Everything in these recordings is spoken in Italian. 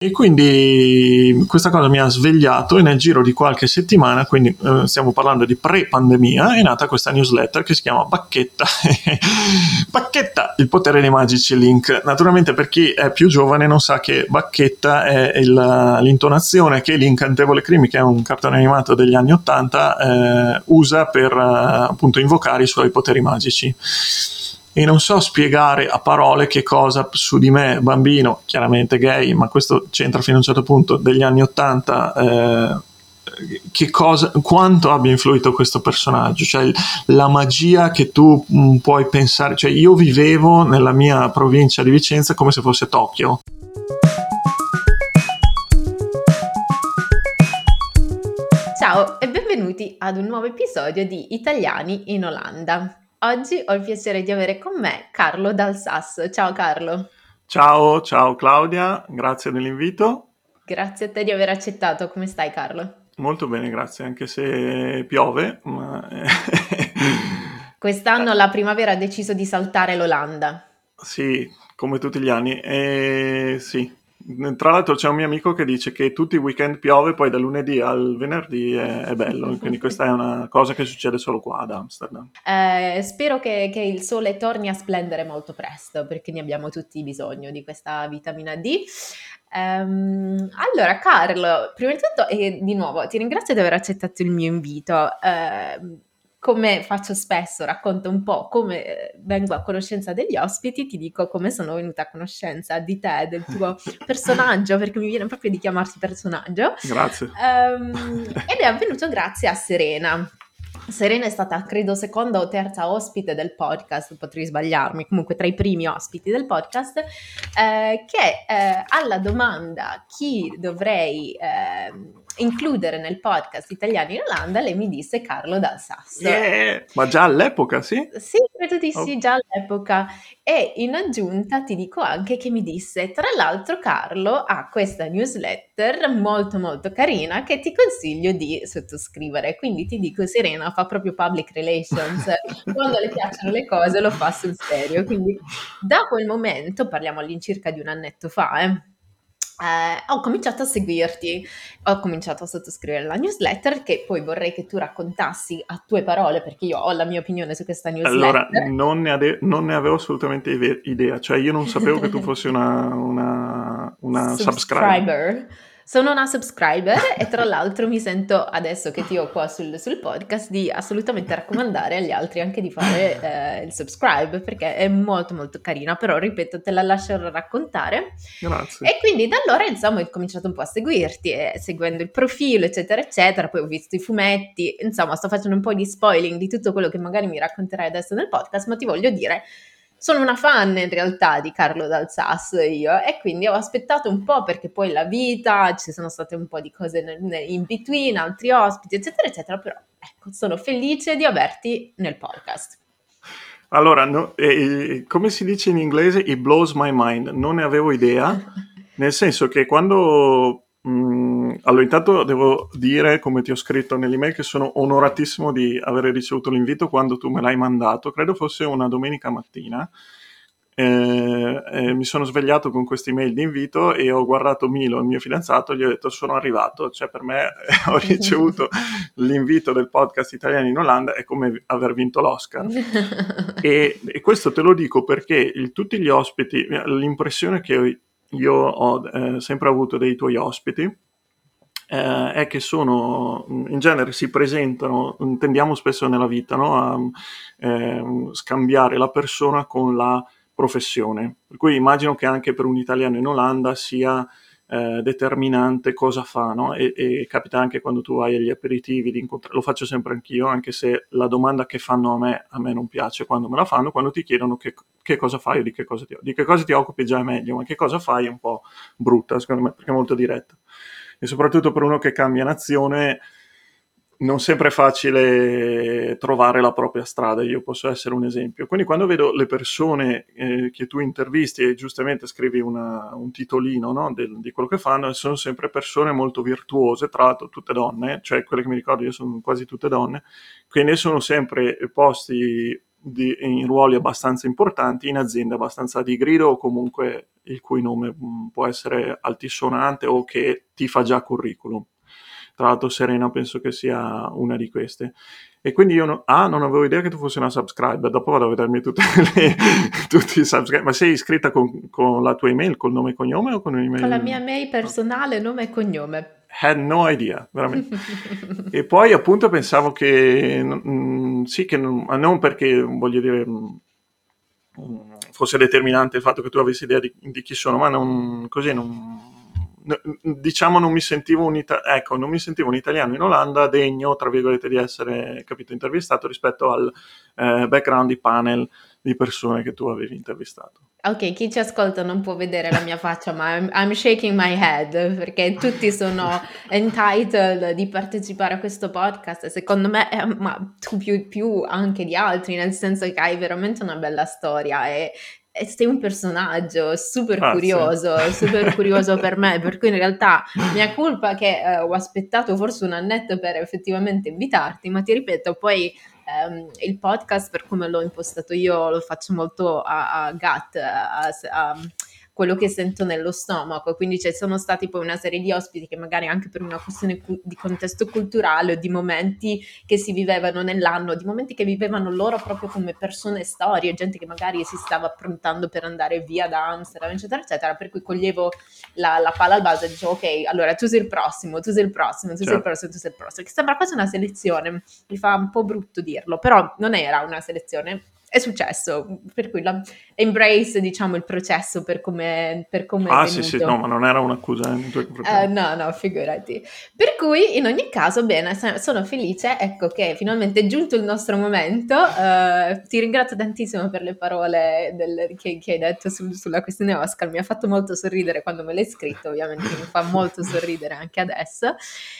E quindi questa cosa mi ha svegliato e nel giro di qualche settimana, quindi stiamo parlando di pre-pandemia, è nata questa newsletter che si chiama Bacchetta. Bacchetta, il potere dei magici link. Naturalmente per chi è più giovane non sa che Bacchetta è l'intonazione che l'Incantevole Crimi, che è un cartone animato degli anni '80, usa per appunto invocare i suoi poteri magici. E non so spiegare a parole che cosa su di me, bambino, chiaramente gay, ma questo c'entra fino a un certo punto, degli anni '80, quanto abbia influito questo personaggio, cioè la magia che tu puoi pensare, cioè io vivevo nella mia provincia di Vicenza come se fosse Tokyo. Ciao e benvenuti ad un nuovo episodio di Italiani in Olanda. Oggi ho il piacere di avere con me Carlo Dal Sas. Ciao Carlo. Ciao Claudia, grazie dell'invito. Grazie a te di aver accettato. Come stai Carlo? Molto bene, grazie, anche se piove. Quest'anno la primavera ha deciso di saltare l'Olanda. Sì, come tutti gli anni. Sì. Tra l'altro c'è un mio amico che dice che tutti i weekend piove, poi da lunedì al venerdì è bello, quindi questa è una cosa che succede solo qua ad Amsterdam. Spero che il sole torni a splendere molto presto, perché ne abbiamo tutti bisogno di questa vitamina D. Allora, Carlo, prima di tutto, e di nuovo, ti ringrazio di aver accettato il mio invito. Come faccio spesso, racconto un po' come vengo a conoscenza degli ospiti, ti dico come sono venuta a conoscenza di te, del tuo personaggio, perché mi viene proprio di chiamarti personaggio. Grazie. Ed è avvenuto grazie a Serena. Serena è stata, credo, seconda o terza ospite del podcast, potrei sbagliarmi, comunque tra i primi ospiti del podcast, che alla domanda chi dovrei includere nel podcast Italiani in Olanda, lei mi disse Carlo Dal Sas. Yeah! Ma già all'epoca, sì? Sì, credo di sì, già all'epoca. E in aggiunta ti dico anche che mi disse, tra l'altro Carlo ha questa newsletter molto molto carina che ti consiglio di sottoscrivere. Quindi ti dico, Serena fa proprio public relations. Quando le piacciono le cose lo fa sul serio. Quindi da quel momento, parliamo all'incirca di un annetto fa, ho cominciato a seguirti, ho cominciato a sottoscrivere la newsletter che poi vorrei che tu raccontassi a tue parole, perché io ho la mia opinione su questa Allora, newsletter. non ne avevo assolutamente idea, cioè io non sapevo che tu fossi una subscriber. Subscriber. Sono una subscriber e tra l'altro mi sento, adesso che ti ho qua sul podcast, di assolutamente raccomandare agli altri anche di fare il subscribe, perché è molto molto carina, però ripeto, te la lascerò raccontare. Grazie. E quindi da allora insomma ho cominciato un po' a seguirti, seguendo il profilo eccetera eccetera, poi ho visto i fumetti, insomma sto facendo un po' di spoiling di tutto quello che magari mi racconterai adesso nel podcast, ma ti voglio dire, sono una fan in realtà di Carlo Dal Sas io, e quindi ho aspettato un po' perché poi la vita, ci sono state un po' di cose in between, altri ospiti eccetera eccetera, però ecco, sono felice di averti nel podcast. Allora, come si dice in inglese, it blows my mind, non ne avevo idea, nel senso che quando... allora, intanto devo dire, come ti ho scritto nell'email, che sono onoratissimo di aver ricevuto l'invito quando tu me l'hai mandato, credo fosse una domenica mattina. Mi sono svegliato con questa email di invito e ho guardato Milo, il mio fidanzato, e gli ho detto sono arrivato, cioè per me ho ricevuto l'invito del podcast Italiani in Olanda, è come aver vinto l'Oscar. E questo te lo dico perché tutti gli ospiti, l'impressione che io ho sempre avuto dei tuoi ospiti è che sono, in genere si presentano, tendiamo spesso nella vita, no, a scambiare la persona con la professione, per cui immagino che anche per un italiano in Olanda sia determinante cosa fa, no? E capita anche quando tu vai agli aperitivi di incontrare, lo faccio sempre anch'io, anche se la domanda che fanno a me non piace quando me la fanno, quando ti chiedono che cosa fai o di che cosa ti occupi già è meglio, ma che cosa fai è un po' brutta secondo me, perché è molto diretta. E soprattutto per uno che cambia nazione non sempre è facile trovare la propria strada, io posso essere un esempio. Quindi quando vedo le persone che tu intervisti e giustamente scrivi un titolino, no, di quello che fanno, sono sempre persone molto virtuose, tra l'altro tutte donne, cioè quelle che mi ricordo io sono quasi tutte donne, quindi sono sempre posti in ruoli abbastanza importanti in aziende abbastanza di grido o comunque il cui nome può essere altisonante o che ti fa già curriculum. Tra l'altro Serena penso che sia una di queste. E quindi io non avevo idea che tu fossi una subscriber, dopo vado a vedermi tutti i subscriber. Ma sei iscritta con la tua email, col nome e cognome o con Con la mia un'email? mail personale, nome e cognome. Had no idea, veramente. E poi appunto pensavo che sì, che non perché voglio dire fosse determinante il fatto che tu avessi idea di chi sono, ma non, così diciamo non mi sentivo ecco, non mi sentivo un italiano in Olanda degno, tra virgolette, di essere, capito, intervistato rispetto al background di panel di persone che tu avevi intervistato. Ok, chi ci ascolta non può vedere la mia faccia, ma I'm shaking my head perché tutti sono entitled di partecipare a questo podcast. Secondo me, ma tu più anche di altri, nel senso che hai veramente una bella storia e sei un personaggio Grazie. super curioso per me. Per cui in realtà mia colpa che ho aspettato forse un annetto per effettivamente invitarti, ma ti ripeto, poi il podcast, per come l'ho impostato io, lo faccio molto a gut, a quello che sento nello stomaco, quindi ci sono stati poi una serie di ospiti che magari anche per una questione di contesto culturale o di momenti che si vivevano nell'anno, di momenti che vivevano loro proprio come persone e storie, gente che magari si stava approntando per andare via da Amsterdam, eccetera, eccetera, per cui coglievo la palla al balzo e dicevo ok, allora tu sei il prossimo, tu sei il prossimo, tu sei il Certo. prossimo, tu sei il prossimo, che sembra quasi una selezione, mi fa un po' brutto dirlo, però non era una selezione, è successo, per cui embrace, diciamo, il processo per come è Ah sì sì, no, venuto. ma non era un'accusa nei tuoi confronti. No, no, figurati. Per cui in ogni caso, bene, sono felice, ecco che finalmente è giunto il nostro momento. Ti ringrazio tantissimo per le parole che hai detto sulla questione Oscar, mi ha fatto molto sorridere quando me l'hai scritto, ovviamente mi fa molto sorridere anche adesso.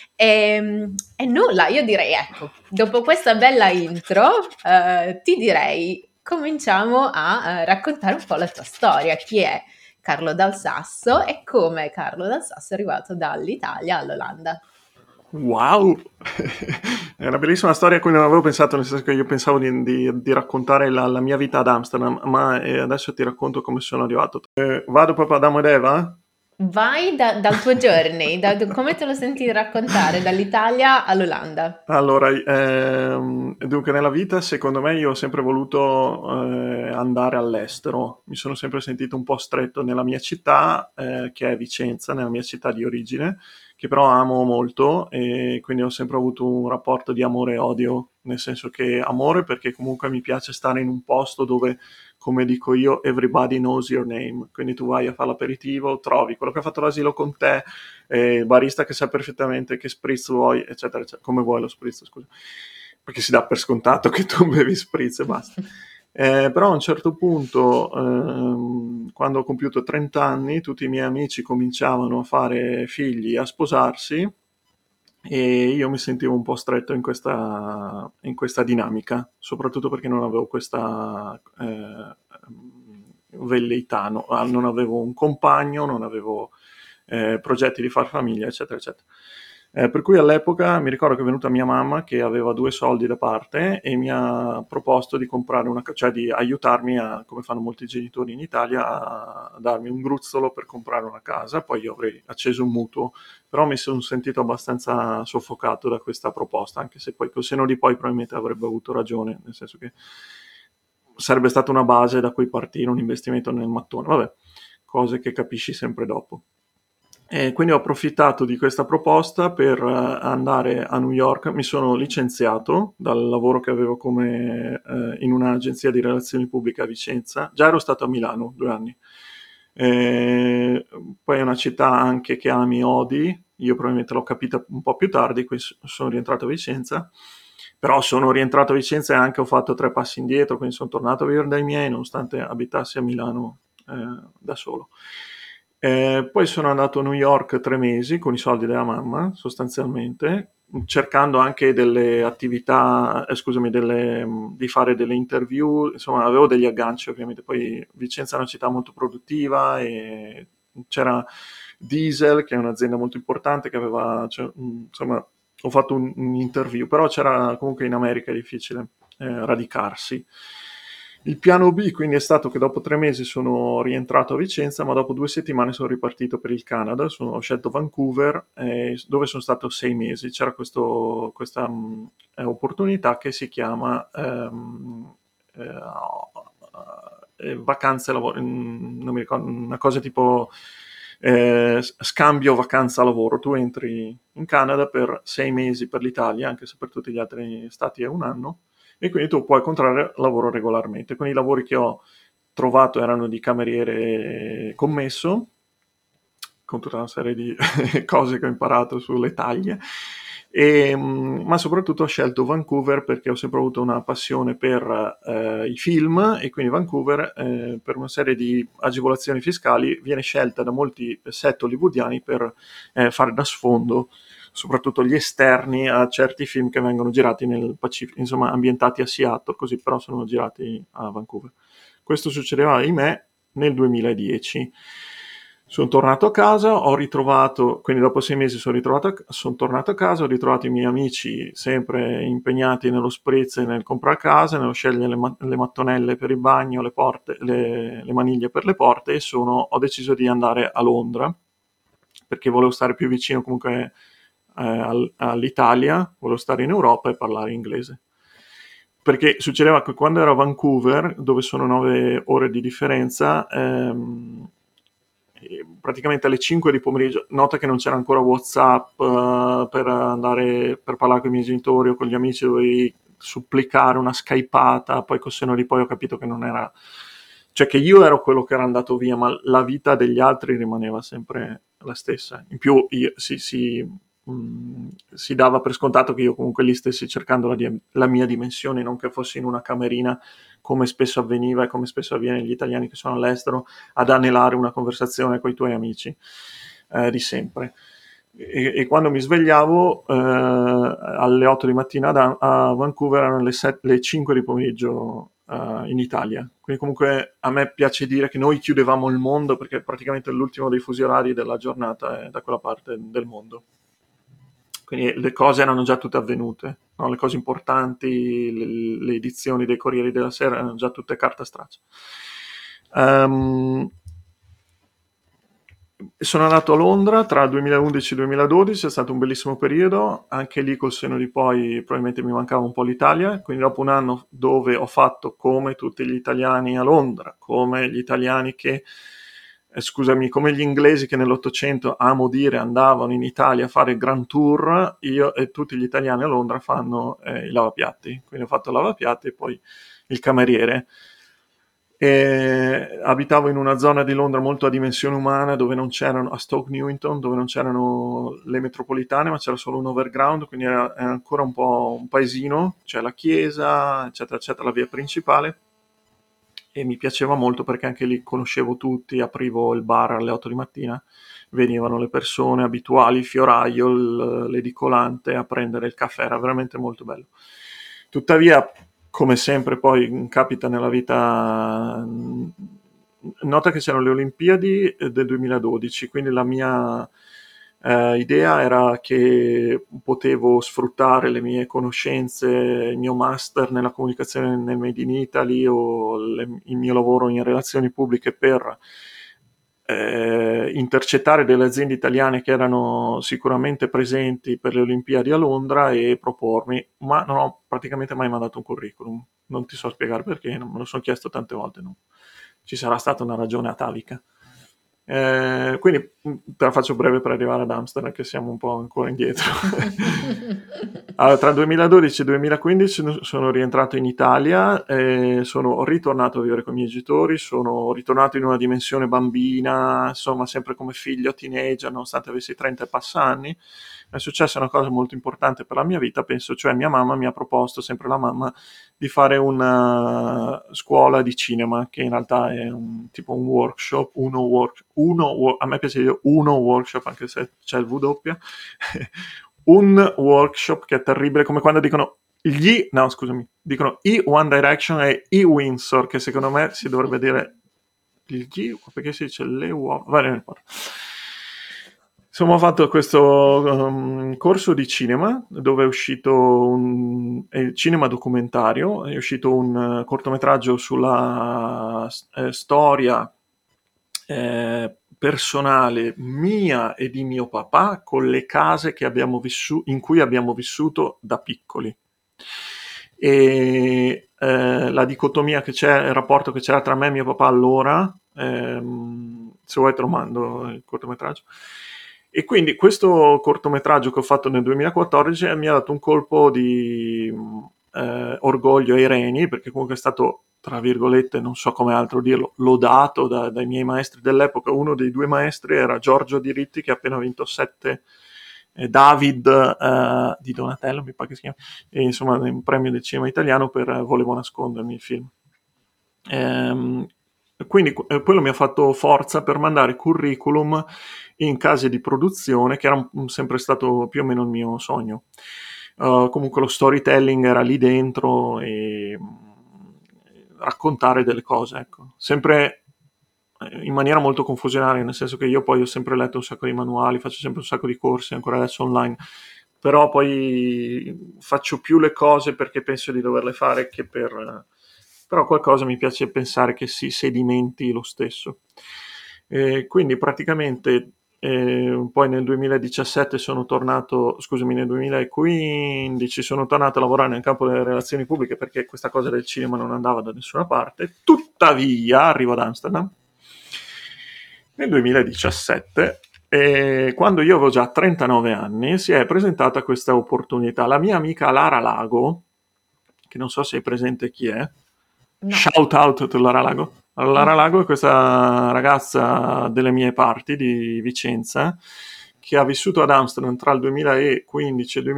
E nulla, io direi, ecco, dopo questa bella intro, ti direi, cominciamo a raccontare un po' la tua storia. Chi è Carlo Dal Sasso e come Carlo Dal Sasso è arrivato dall'Italia all'Olanda. Wow! È una bellissima storia a cui non avevo pensato, nel senso che io pensavo di raccontare la mia vita ad Amsterdam, ma adesso ti racconto come sono arrivato. Vado proprio ad Adamo ed Eva? Vai dal tuo journey, come te lo senti raccontare dall'Italia all'Olanda? Allora, dunque nella vita secondo me io ho sempre voluto andare all'estero, mi sono sempre sentito un po' stretto nella mia città, che è Vicenza, nella mia città di origine, che però amo molto e quindi ho sempre avuto un rapporto di amore e odio, nel senso che amore perché comunque mi piace stare in un posto dove, come dico io, everybody knows your name, quindi tu vai a fare l'aperitivo, trovi quello che ha fatto l'asilo con te, il barista che sa perfettamente che spritz vuoi, eccetera, eccetera. Come vuoi lo spritz, scusa. Perché si dà per scontato che tu bevi spritz e basta. Però a un certo punto, quando ho compiuto 30 anni, tutti i miei amici cominciavano a fare figli, a sposarsi e io mi sentivo un po' stretto in questa dinamica, soprattutto perché non avevo questa velleità, no? Non avevo un compagno, non avevo progetti di far famiglia, eccetera, eccetera. Per cui all'epoca mi ricordo che è venuta mia mamma che aveva 2 soldi da parte e mi ha proposto di comprare cioè di aiutarmi a, come fanno molti genitori in Italia, a darmi un gruzzolo per comprare una casa. Poi io avrei acceso un mutuo, però mi sono sentito abbastanza soffocato da questa proposta, anche se poi col senno di poi probabilmente avrebbe avuto ragione, nel senso che sarebbe stata una base da cui partire, un investimento nel mattone. Vabbè, cose che capisci sempre dopo. E quindi ho approfittato di questa proposta per andare a New York. Mi sono licenziato dal lavoro che avevo in un'agenzia di relazioni pubbliche a Vicenza. Già ero stato a Milano 2 anni. E poi è una città anche che ami e odi. Io probabilmente l'ho capita un po' più tardi, quindi sono rientrato a Vicenza. Però sono rientrato a Vicenza e anche ho fatto 3 passi indietro, quindi sono tornato a vivere dai miei, nonostante abitassi a Milano da solo. Poi sono andato a New York 3 mesi con i soldi della mamma, sostanzialmente, cercando anche delle attività, scusami, di fare delle interview, insomma avevo degli agganci ovviamente, poi Vicenza è una città molto produttiva e c'era Diesel, che è un'azienda molto importante, che aveva, cioè, insomma, ho fatto un interview, però c'era comunque in America è difficile radicarsi. Il piano B quindi è stato che dopo 3 mesi sono rientrato a Vicenza, ma dopo 2 settimane sono ripartito per il Canada. Ho scelto Vancouver, dove sono stato 6 mesi. C'era questa opportunità che si chiama vacanze lavoro, non mi ricordo, una cosa tipo scambio vacanza-lavoro. Tu entri in Canada per 6 mesi per l'Italia, anche se per tutti gli altri stati è un anno, e quindi tu puoi contrarre lavoro regolarmente. Quindi i lavori che ho trovato erano di cameriere commesso, con tutta una serie di cose che ho imparato sulle taglie, ma soprattutto ho scelto Vancouver perché ho sempre avuto una passione per i film, e quindi Vancouver, per una serie di agevolazioni fiscali, viene scelta da molti set hollywoodiani per fare da sfondo soprattutto gli esterni a certi film che vengono girati nel Pacifico, insomma ambientati a Seattle, così però sono girati a Vancouver. Questo succedeva, ahimè, nel 2010. Sono tornato a casa, ho ritrovato, quindi dopo 6 mesi sono tornato a casa, ho ritrovato i miei amici sempre impegnati nello spritz e nel comprare casa, nello scegliere le mattonelle per il bagno, le porte, le maniglie per le porte, e ho deciso di andare a Londra perché volevo stare più vicino comunque all'Italia, volevo stare in Europa e parlare inglese. Perché succedeva che quando ero a Vancouver, dove sono 9 ore di differenza, praticamente alle 5 di pomeriggio, nota che non c'era ancora WhatsApp per parlare con i miei genitori o con gli amici, dovevi supplicare una skypata, poi col senno di poi ho capito che non era, cioè che io ero quello che era andato via, ma la vita degli altri rimaneva sempre la stessa. In più si dava per scontato che io comunque lì stessi cercando la mia dimensione, non che fossi in una camerina, come spesso avveniva e come spesso avviene agli italiani che sono all'estero, ad anelare una conversazione con i tuoi amici di sempre. E quando mi svegliavo alle 8 di mattina a Vancouver erano le 5 di pomeriggio in Italia. Quindi comunque a me piace dire che noi chiudevamo il mondo perché praticamente l'ultimo dei fusi orari della giornata è da quella parte del mondo. Quindi le cose erano già tutte avvenute, no? Le cose importanti, le edizioni dei Corrieri della Sera erano già tutte carta straccia. Sono andato a Londra tra il 2011 e il 2012, è stato un bellissimo periodo, anche lì col senno di poi probabilmente mi mancava un po' l'Italia, quindi dopo un anno dove ho fatto come tutti gli italiani a Londra, come gli italiani scusami, come gli inglesi che nell'Ottocento, amo dire, andavano in Italia a fare il Grand Tour, io e tutti gli italiani a Londra fanno i lavapiatti, quindi ho fatto il lavapiatti e poi il cameriere. E abitavo in una zona di Londra molto a dimensione umana, dove non c'erano, a Stoke Newington, dove non c'erano le metropolitane, ma c'era solo un overground, quindi era ancora un po' un paesino, c'è la chiesa, eccetera, eccetera, la via principale. E mi piaceva molto perché anche lì conoscevo tutti, aprivo il bar alle 8 di mattina, venivano le persone abituali, il fioraio, l'edicolante a prendere il caffè, era veramente molto bello. Tuttavia, come sempre poi capita nella vita, nota che c'erano le Olimpiadi del 2012, quindi la mia idea era che potevo sfruttare le mie conoscenze, il mio master nella comunicazione nel Made in Italy o il mio lavoro in relazioni pubbliche per intercettare delle aziende italiane che erano sicuramente presenti per le Olimpiadi a Londra e propormi, ma non ho praticamente mai mandato un curriculum. Non ti so spiegare perché, non me lo sono chiesto tante volte, no? Ci sarà stata una ragione atavica. Quindi te la faccio breve per arrivare ad Amsterdam, che siamo un po' ancora indietro. Allora, tra il 2012 e il 2015 sono rientrato in Italia, sono ritornato a vivere con i miei genitori, sono ritornato in una dimensione bambina, insomma sempre come figlio, teenager, nonostante avessi 30 e passa anni. È successa una cosa molto importante per la mia vita, penso, cioè mia mamma mi ha proposto, sempre la mamma, di fare una scuola di cinema, che in realtà è tipo un workshop, a me piace dire uno workshop, anche se c'è il W, un workshop che è terribile, come quando dicono no scusami, dicono i One Direction e i Windsor, che secondo me si dovrebbe dire il G, perché si dice le uova, va bene, Insomma, ho fatto questo corso di cinema dove è uscito un cinema documentario, è uscito un cortometraggio sulla storia personale mia e di mio papà con le case che in cui abbiamo vissuto da piccoli. E la dicotomia che c'è, il rapporto che c'era tra me e mio papà allora, se vuoi te lo mando il cortometraggio. E quindi questo cortometraggio che ho fatto nel 2014 mi ha dato un colpo di orgoglio ai reni, perché comunque è stato, tra virgolette, non so come altro dirlo, lodato dai miei maestri dell'epoca. Uno dei due maestri era Giorgio Diritti, che ha appena vinto 7, David di Donatello, mi pare che si chiama, e, insomma un premio del cinema italiano per Volevo nascondermi il film. Ehm, quindi quello mi ha fatto forza per mandare curriculum in case di produzione, che era sempre stato più o meno il mio sogno. Comunque lo storytelling era lì dentro e raccontare delle cose, ecco. Sempre in maniera molto confusionaria, nel senso che io poi ho sempre letto un sacco di manuali, faccio sempre un sacco di corsi, ancora adesso online, però poi faccio più le cose perché penso di doverle fare che per... però qualcosa mi piace pensare che si sedimenti lo stesso. Quindi praticamente poi nel 2017 sono tornato, scusami, nel 2015 sono tornato a lavorare nel campo delle relazioni pubbliche perché questa cosa del cinema non andava da nessuna parte. Tuttavia arrivo ad Amsterdam nel 2017 e quando io avevo già 39 anni si è presentata questa opportunità. La mia amica Lara Lago, che non so se è presente chi è, No. shout out to Lara Lago. Allora, Lara Mm. Lago è questa ragazza delle mie parti di Vicenza che ha vissuto ad Amsterdam tra il 2015 e il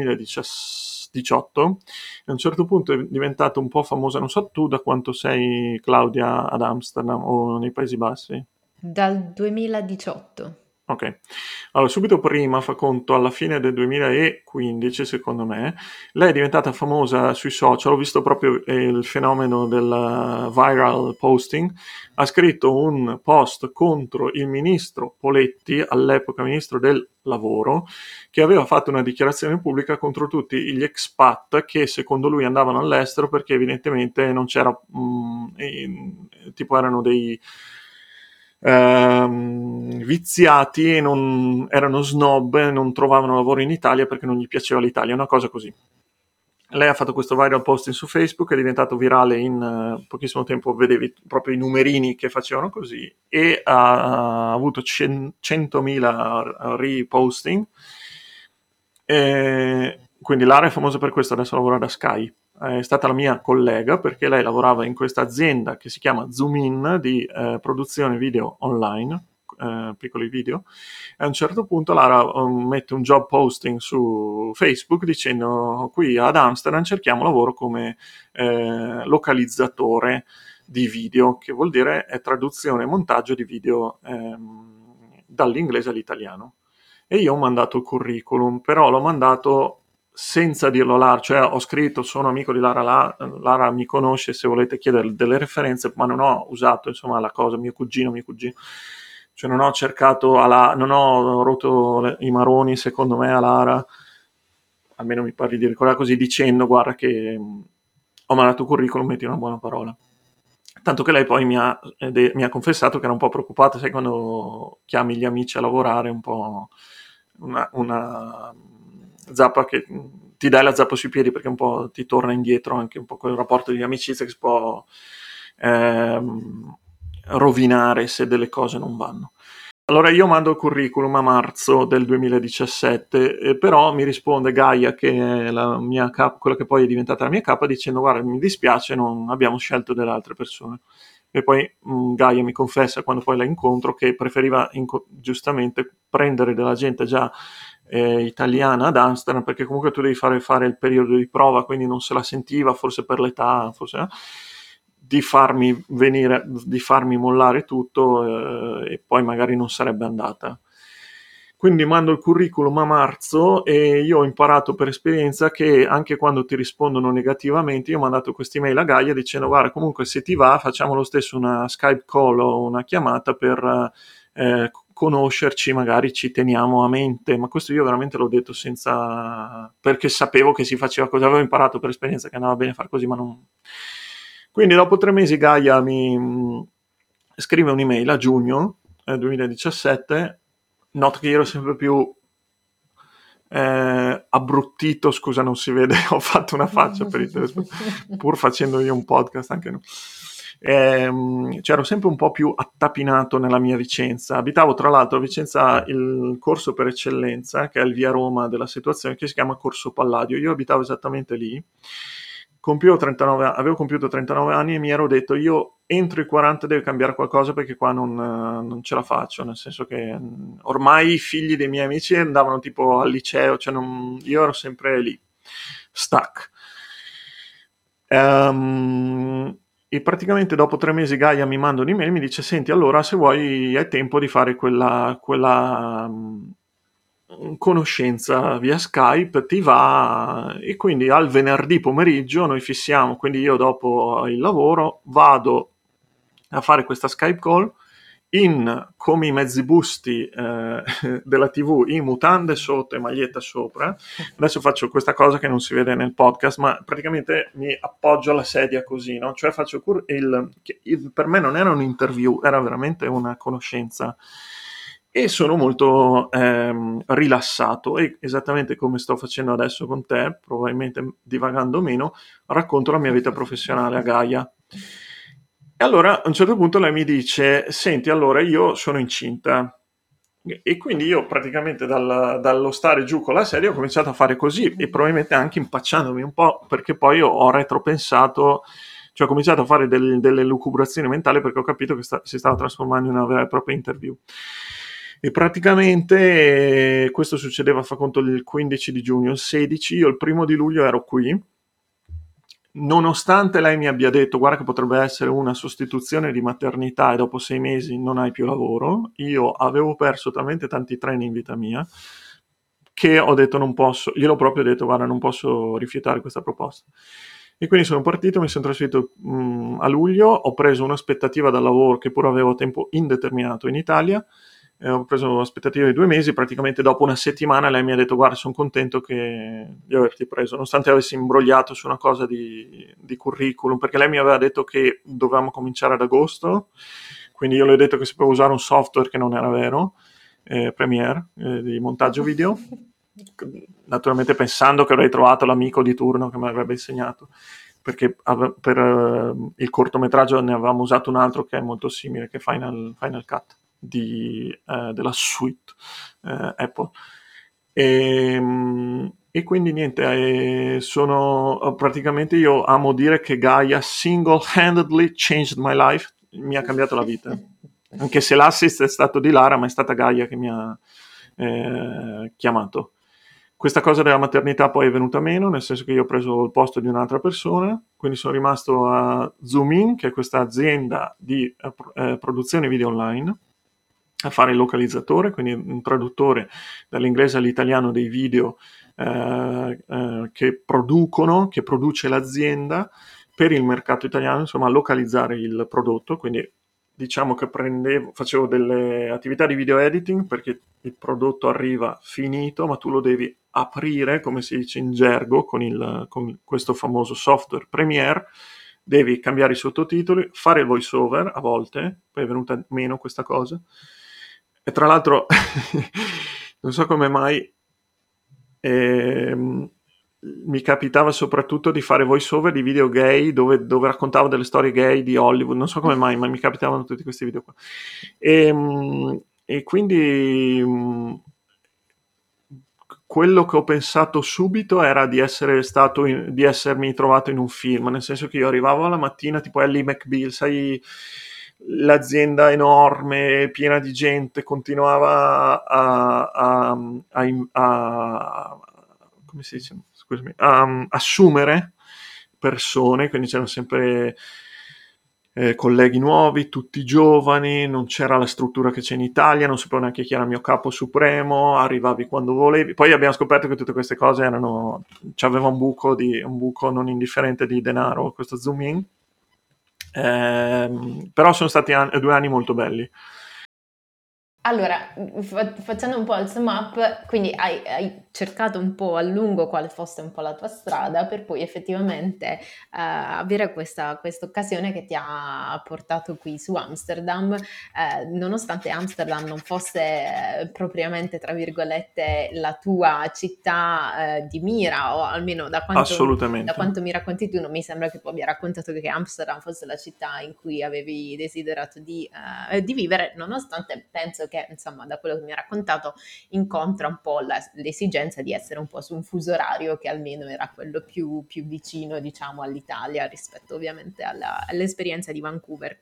2018 e a un certo punto è diventata un po' famosa. Non so tu da quanto sei, Claudia, ad Amsterdam o nei Paesi Bassi? Dal 2018. Ok, allora subito prima, fa conto, alla fine del 2015, secondo me, lei è diventata famosa sui social, ho visto proprio il fenomeno del viral posting, ha scritto un post contro il ministro Poletti, all'epoca ministro del lavoro, che aveva fatto una dichiarazione pubblica contro tutti gli expat che secondo lui andavano all'estero perché evidentemente non c'era, tipo erano dei viziati e erano snob e non trovavano lavoro in Italia perché non gli piaceva l'Italia, una cosa così. Lei ha fatto questo viral posting su Facebook, è diventato virale in pochissimo tempo, vedevi proprio i numerini che facevano così e ha avuto 100.000 reposting. Quindi Lara è famosa per questo, adesso lavora da Sky. È stata la mia collega perché lei lavorava in questa azienda che si chiama Zoomin di produzione video online, piccoli video. E a un certo punto Lara mette un job posting su Facebook dicendo qui ad Amsterdam cerchiamo lavoro come localizzatore di video, che vuol dire traduzione e montaggio di video dall'inglese all'italiano. E io ho mandato il curriculum, però l'ho mandato senza dirlo a Lara, cioè ho scritto sono amico di Lara, Lara mi conosce se volete chiedere delle referenze, ma non ho usato insomma la cosa mio cugino, cioè non ho cercato, non ho rotto i maroni secondo me a Lara, almeno mi pare di ricordare così, dicendo guarda che ho mandato curriculum, metti una buona parola. Tanto che lei poi mi ha confessato che era un po' preoccupata, sai quando chiami gli amici a lavorare, un po' una zappa che ti dai la zappa sui piedi perché un po' ti torna indietro anche un po' quel rapporto di amicizia che si può rovinare se delle cose non vanno. Allora io mando il curriculum a marzo del 2017, però mi risponde Gaia, che è quella che poi è diventata la mia capa, dicendo guarda mi dispiace, non abbiamo scelto delle altre persone. E poi Gaia mi confessa quando poi la incontro che preferiva giustamente prendere della gente già italiana ad Amsterdam perché comunque tu devi fare il periodo di prova, quindi non se la sentiva, forse per l'età, forse di farmi venire, di farmi mollare tutto e poi magari non sarebbe andata. Quindi mando il curriculum a marzo e io ho imparato per esperienza che anche quando ti rispondono negativamente, io ho mandato questa email a Gaia dicendo guarda comunque se ti va facciamo lo stesso una Skype call o una chiamata per conoscerci magari ci teniamo a mente, ma questo io veramente l'ho detto senza, perché sapevo che si faceva così, avevo imparato per esperienza che andava bene far così, ma non. Quindi dopo 3 mesi Gaia mi scrive un'email a giugno 2017, noto che io ero sempre più abbruttito, scusa non si vede, ho fatto una faccia per i telespettatori, pur facendo io un podcast anche no. C'ero sempre un po' più attapinato nella mia Vicenza. Abitavo tra l'altro a Vicenza il corso per eccellenza, che è il via Roma della situazione, che si chiama Corso Palladio. Io abitavo esattamente lì. Avevo compiuto 39 anni e mi ero detto io entro i 40 deve cambiare qualcosa perché qua non ce la faccio, nel senso che ormai i figli dei miei amici andavano tipo al liceo, cioè io ero sempre lì, stuck. E praticamente dopo 3 mesi Gaia mi manda un'email e mi dice senti allora se vuoi hai tempo di fare quella conoscenza via Skype, ti va? E quindi al venerdì pomeriggio noi fissiamo, quindi io dopo il lavoro vado a fare questa Skype call come i mezzi busti della TV, in mutande sotto e maglietta sopra. Adesso faccio questa cosa che non si vede nel podcast, ma praticamente mi appoggio alla sedia così, no? Cioè faccio per me non era un interview, era veramente una conoscenza. E sono molto rilassato e esattamente come sto facendo adesso con te, probabilmente divagando meno, racconto la mia vita professionale a Gaia. E allora a un certo punto lei mi dice, senti, allora io sono incinta. E quindi io praticamente dallo stare giù con la sedia ho cominciato a fare così e probabilmente anche impacciandomi un po' perché poi ho retropensato, cioè ho cominciato a fare delle lucubrazioni mentali perché ho capito che si stava trasformando in una vera e propria interview. E praticamente questo succedeva, fa conto, il 15 di giugno, il 16, io il 1 di luglio ero qui, nonostante lei mi abbia detto guarda che potrebbe essere una sostituzione di maternità e dopo 6 mesi non hai più lavoro, io avevo perso talmente tanti treni in vita mia che ho detto non posso, gliel'ho proprio detto guarda non posso rifiutare questa proposta. E quindi sono partito, mi sono trasferito a luglio, ho preso un'aspettativa dal lavoro che pur avevo a tempo indeterminato in Italia, ho preso aspettative di 2 mesi, praticamente dopo una settimana lei mi ha detto guarda sono contento di averti preso, nonostante avessi imbrogliato su una cosa di curriculum, perché lei mi aveva detto che dovevamo cominciare ad agosto, quindi io le ho detto che sapevo usare un software che non era vero, Premiere, di montaggio video, naturalmente pensando che avrei trovato l'amico di turno che mi avrebbe insegnato, perché per il cortometraggio ne avevamo usato un altro che è molto simile, che è Final Cut della suite Apple. E quindi niente, praticamente io amo dire che Gaia single-handedly changed my life, mi ha cambiato la vita. Anche se l'assist è stato di Lara, ma è stata Gaia che mi ha chiamato. Questa cosa della maternità poi è venuta meno, nel senso che io ho preso il posto di un'altra persona, quindi sono rimasto a Zoomin, che è questa azienda di produzione video online, a fare il localizzatore, quindi un traduttore dall'inglese all'italiano dei video che produce l'azienda per il mercato italiano, insomma, a localizzare il prodotto, quindi diciamo che facevo delle attività di video editing perché il prodotto arriva finito, ma tu lo devi aprire, come si dice in gergo, con questo famoso software Premiere, devi cambiare i sottotitoli, fare il voice over a volte, poi è venuta meno questa cosa. E tra l'altro, non so come mai, mi capitava soprattutto di fare voice over di video gay dove raccontavo delle storie gay di Hollywood, non so come mai, ma mi capitavano tutti questi video qua. E quindi quello che ho pensato subito era di di essermi trovato in un film, nel senso che io arrivavo la mattina tipo Ellie McBeal, sai, l'azienda enorme, piena di gente, continuava come si dice? Scusami, a assumere persone, quindi c'erano sempre colleghi nuovi, tutti giovani, non c'era la struttura che c'è in Italia, non sapevo neanche chi era il mio capo supremo, arrivavi quando volevi. Poi abbiamo scoperto che tutte queste cose c'aveva un buco non indifferente di denaro, questo zoom in. Però sono stati 2 anni molto belli. Allora, facendo un po' il sum up, quindi hai cercato un po' a lungo quale fosse un po' la tua strada per poi effettivamente avere questa occasione che ti ha portato qui su Amsterdam, nonostante Amsterdam non fosse propriamente, tra virgolette, la tua città di mira, o almeno da Assolutamente. quanto mi racconti tu, non mi sembra che tu abbia raccontato che Amsterdam fosse la città in cui avevi desiderato di vivere, nonostante penso che, insomma, da quello che mi ha raccontato, incontra un po' l'esigenza di essere un po' su un fuso orario che almeno era quello più vicino, diciamo, all'Italia rispetto ovviamente all'esperienza di Vancouver.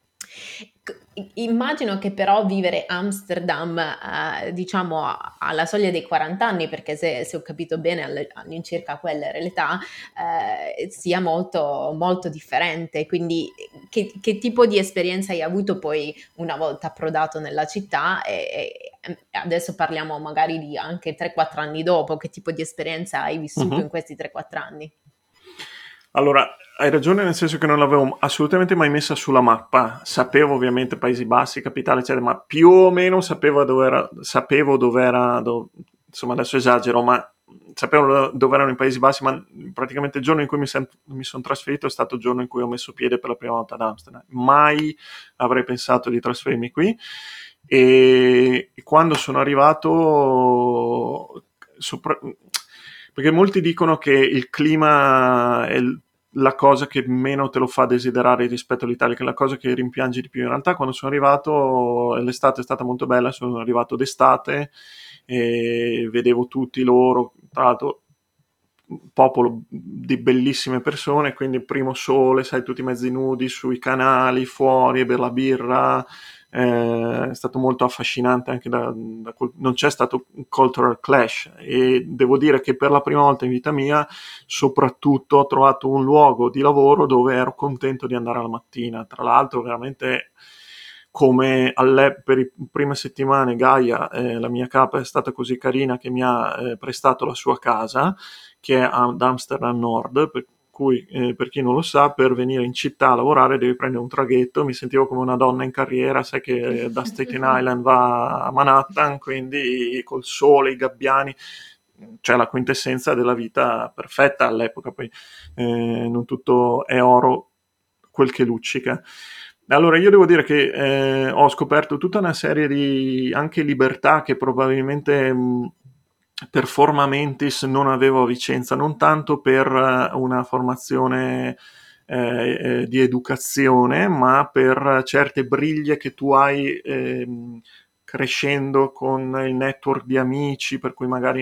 Immagino che però vivere Amsterdam, diciamo, alla soglia dei 40 anni, perché se ho capito bene all'incirca quella era l'età, sia molto, molto differente. Quindi che tipo di esperienza hai avuto poi una volta approdato nella città e adesso parliamo magari di anche 3-4 anni dopo, che tipo di esperienza hai vissuto in Mhm. questi 3-4 anni? Allora, hai ragione nel senso che non l'avevo assolutamente mai messa sulla mappa. Sapevo ovviamente Paesi Bassi, capitale, eccetera, ma più o meno sapevo dove era, insomma adesso esagero, ma sapevo dove erano i Paesi Bassi, ma praticamente il giorno in cui mi sono trasferito è stato il giorno in cui ho messo piede per la prima volta ad Amsterdam. Mai avrei pensato di trasferirmi qui e quando sono arrivato, perché molti dicono che il clima è la cosa che meno te lo fa desiderare rispetto all'Italia, che è la cosa che rimpiangi di più. In realtà quando sono arrivato l'estate è stata molto bella, sono arrivato d'estate e vedevo tutti loro, tra l'altro un popolo di bellissime persone, quindi il primo sole, sai, tutti mezzi nudi sui canali, fuori, a bere la birra, è stato molto affascinante anche non c'è stato un cultural clash e devo dire che per la prima volta in vita mia soprattutto ho trovato un luogo di lavoro dove ero contento di andare alla mattina, tra l'altro veramente come per le prime settimane Gaia, la mia capa, è stata così carina che mi ha prestato la sua casa che è ad Amsterdam Nord, per cui per chi non lo sa, per venire in città a lavorare devi prendere un traghetto, mi sentivo come una donna in carriera, sai che da Staten Island va a Manhattan, quindi col sole, i gabbiani, cioè la quintessenza della vita perfetta all'epoca, poi non tutto è oro quel che luccica. Allora, io devo dire che ho scoperto tutta una serie di anche libertà che probabilmente per forma mentis non avevo a Vicenza, non tanto per una formazione di educazione, ma per certe briglie che tu hai crescendo con il network di amici, per cui magari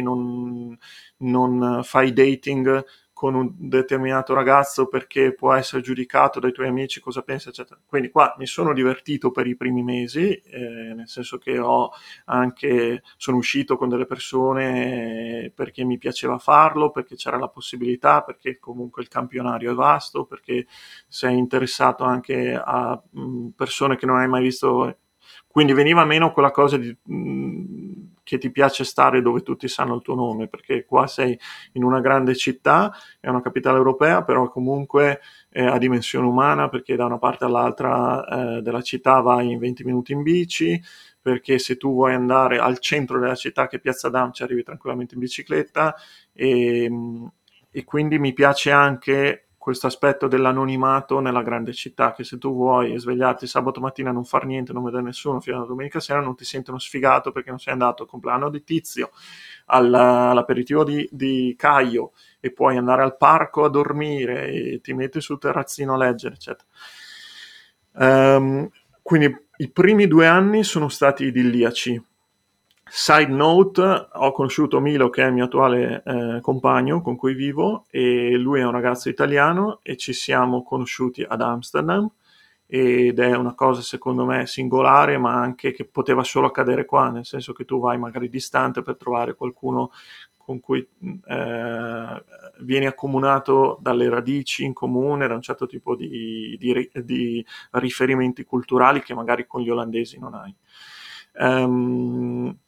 non fai dating con un determinato ragazzo perché può essere giudicato dai tuoi amici cosa pensa, eccetera. Quindi qua mi sono divertito per i primi mesi, nel senso che sono uscito con delle persone perché mi piaceva farlo, perché c'era la possibilità, perché comunque il campionario è vasto, perché sei interessato anche a persone che non hai mai visto, quindi veniva meno quella cosa che ti piace stare dove tutti sanno il tuo nome, perché qua sei in una grande città, è una capitale europea, però comunque a dimensione umana, perché da una parte all'altra della città vai in 20 minuti in bici, perché se tu vuoi andare al centro della città, che è Piazza Dam, ci arrivi tranquillamente in bicicletta, e, e quindi mi piace anche questo aspetto dell'anonimato nella grande città, che se tu vuoi svegliarti sabato mattina e non far niente, non vedere nessuno fino alla domenica sera, non ti senti uno sfigato perché non sei andato al compleanno di Tizio, all'aperitivo di Caio, e puoi andare al parco a dormire e ti metti sul terrazzino a leggere, eccetera. Quindi i primi 2 anni sono stati idilliaci. Side note, ho conosciuto Milo che è il mio attuale compagno con cui vivo e lui è un ragazzo italiano e ci siamo conosciuti ad Amsterdam ed è una cosa secondo me singolare ma anche che poteva solo accadere qua, nel senso che tu vai magari distante per trovare qualcuno con cui vieni accomunato dalle radici in comune, da un certo tipo di riferimenti culturali che magari con gli olandesi non hai. Um,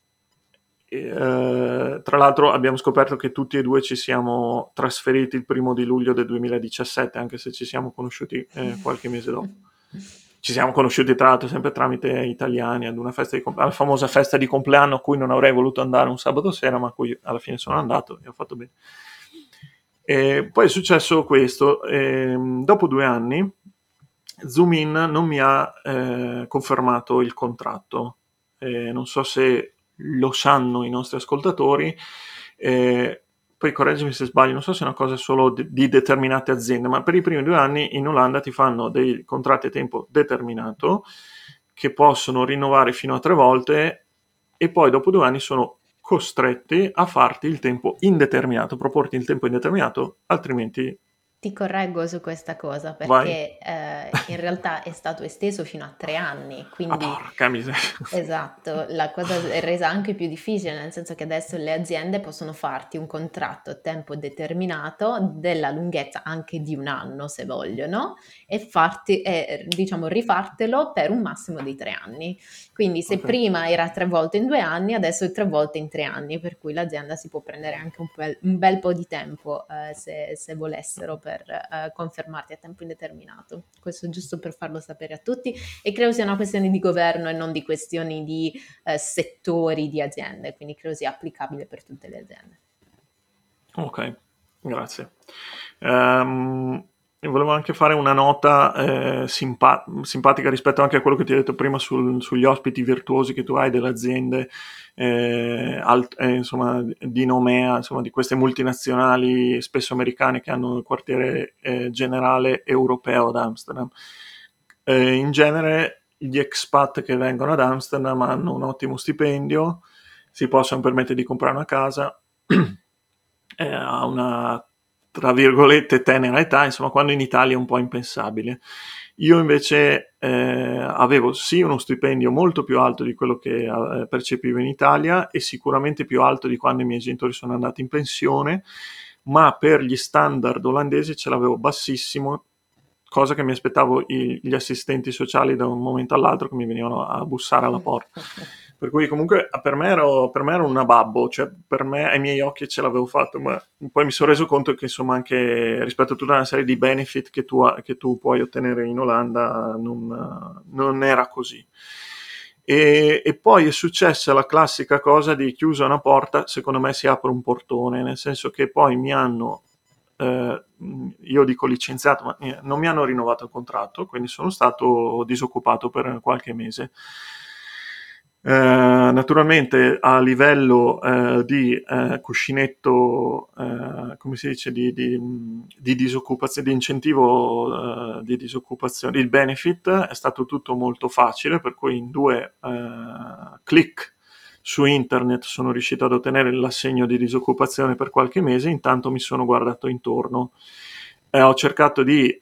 tra l'altro abbiamo scoperto che tutti e due ci siamo trasferiti il 1° di luglio del 2017, anche se ci siamo conosciuti qualche mese dopo. Ci siamo conosciuti tra l'altro sempre tramite italiani ad una festa alla famosa festa di compleanno a cui non avrei voluto andare un sabato sera, ma a cui alla fine sono andato e ho fatto bene. E poi è successo questo, dopo 2 anni Zoomin non mi ha confermato il contratto. Non so se lo sanno i nostri ascoltatori, poi correggimi se sbaglio, non so se è una cosa solo di determinate aziende, ma per i primi 2 anni in Olanda ti fanno dei contratti a tempo determinato che possono rinnovare fino a 3 volte e poi dopo 2 anni sono costretti a farti il tempo indeterminato, proporti il tempo indeterminato, altrimenti Ti correggo su questa cosa vai. perché in realtà è stato esteso fino a 3 anni, Ah, quindi porca miseria. esatto, la cosa è resa anche più difficile, nel senso che adesso le aziende possono farti un contratto a tempo determinato della lunghezza anche di 1 anno se vogliono e farti, diciamo, rifartelo per un massimo di 3 anni. Quindi se Ok. prima era 3 volte in 2 anni, adesso è 3 volte in 3 anni, per cui l'azienda si può prendere anche un bel po' di tempo se volessero per confermarti a tempo indeterminato. Questo giusto per farlo sapere a tutti e credo sia una questione di governo e non di questioni di settori di aziende, quindi credo sia applicabile per tutte le aziende. Ok, grazie. Volevo anche fare una nota simpatica rispetto anche a quello che ti ho detto prima sugli ospiti virtuosi che tu hai delle aziende, insomma, di nomea, insomma, di queste multinazionali spesso americane che hanno il quartiere generale europeo ad Amsterdam. In genere gli expat che vengono ad Amsterdam hanno un ottimo stipendio, si possono permettere di comprare una casa a una, tra virgolette, tenera età, insomma, quando in Italia è un po' impensabile. Io invece avevo sì uno stipendio molto più alto di quello che percepivo in Italia e sicuramente più alto di quando i miei genitori sono andati in pensione, ma per gli standard olandesi ce l'avevo bassissimo, cosa che mi aspettavo gli assistenti sociali da un momento all'altro che mi venivano a bussare alla porta. Per cui comunque per me ero una babbo, cioè per me ai miei occhi ce l'avevo fatto, ma poi mi sono reso conto che insomma anche rispetto a tutta una serie di benefit che tu puoi ottenere in Olanda non era così. E poi è successa la classica cosa di chiusa una porta, secondo me si apre un portone, nel senso che poi mi hanno io dico licenziato, ma non mi hanno rinnovato il contratto, quindi sono stato disoccupato per qualche mese. Naturalmente a livello di cuscinetto, come si dice, di disoccupazione, di incentivo di disoccupazione, il benefit è stato tutto molto facile, per cui in 2 click su internet sono riuscito ad ottenere l'assegno di disoccupazione per qualche mese, intanto mi sono guardato intorno. Ho cercato di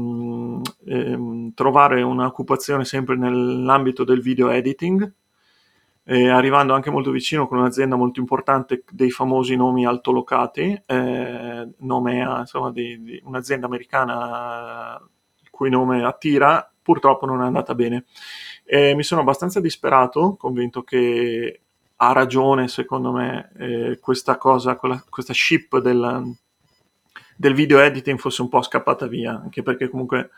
trovare un'occupazione sempre nell'ambito del video editing, arrivando anche molto vicino con un'azienda molto importante dei famosi nomi altolocati, Nomea, insomma, di un'azienda americana il cui nome attira, purtroppo non è andata bene. Mi sono abbastanza disperato, convinto che ha ragione, secondo me, questa cosa, questa ship del video editing fosse un po' scappata via, anche perché comunque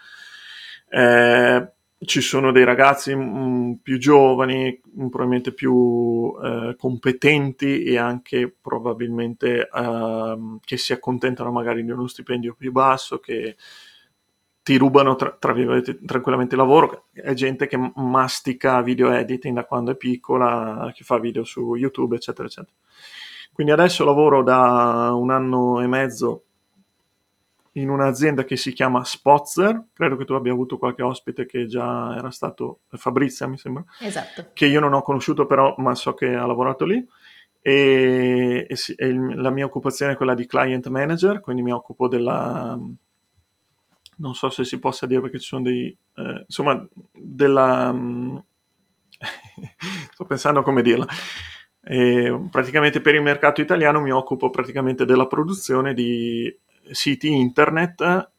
ci sono dei ragazzi più giovani, probabilmente più competenti e anche probabilmente che si accontentano magari di uno stipendio più basso, che ti rubano tra virgolette tranquillamente il lavoro. È gente che mastica video editing da quando è piccola, che fa video su YouTube, eccetera, eccetera. Quindi adesso lavoro da 1 anno e mezzo in un'azienda che si chiama Spotzer, credo che tu abbia avuto qualche ospite che già era stato Fabrizia, mi sembra, Esatto. che io non ho conosciuto però, ma so che ha lavorato lì. La mia occupazione è quella di client manager, quindi mi occupo della, non so se si possa dire perché ci sono dei, insomma, della, sto pensando come dirla. Praticamente per il mercato italiano mi occupo praticamente della produzione di siti internet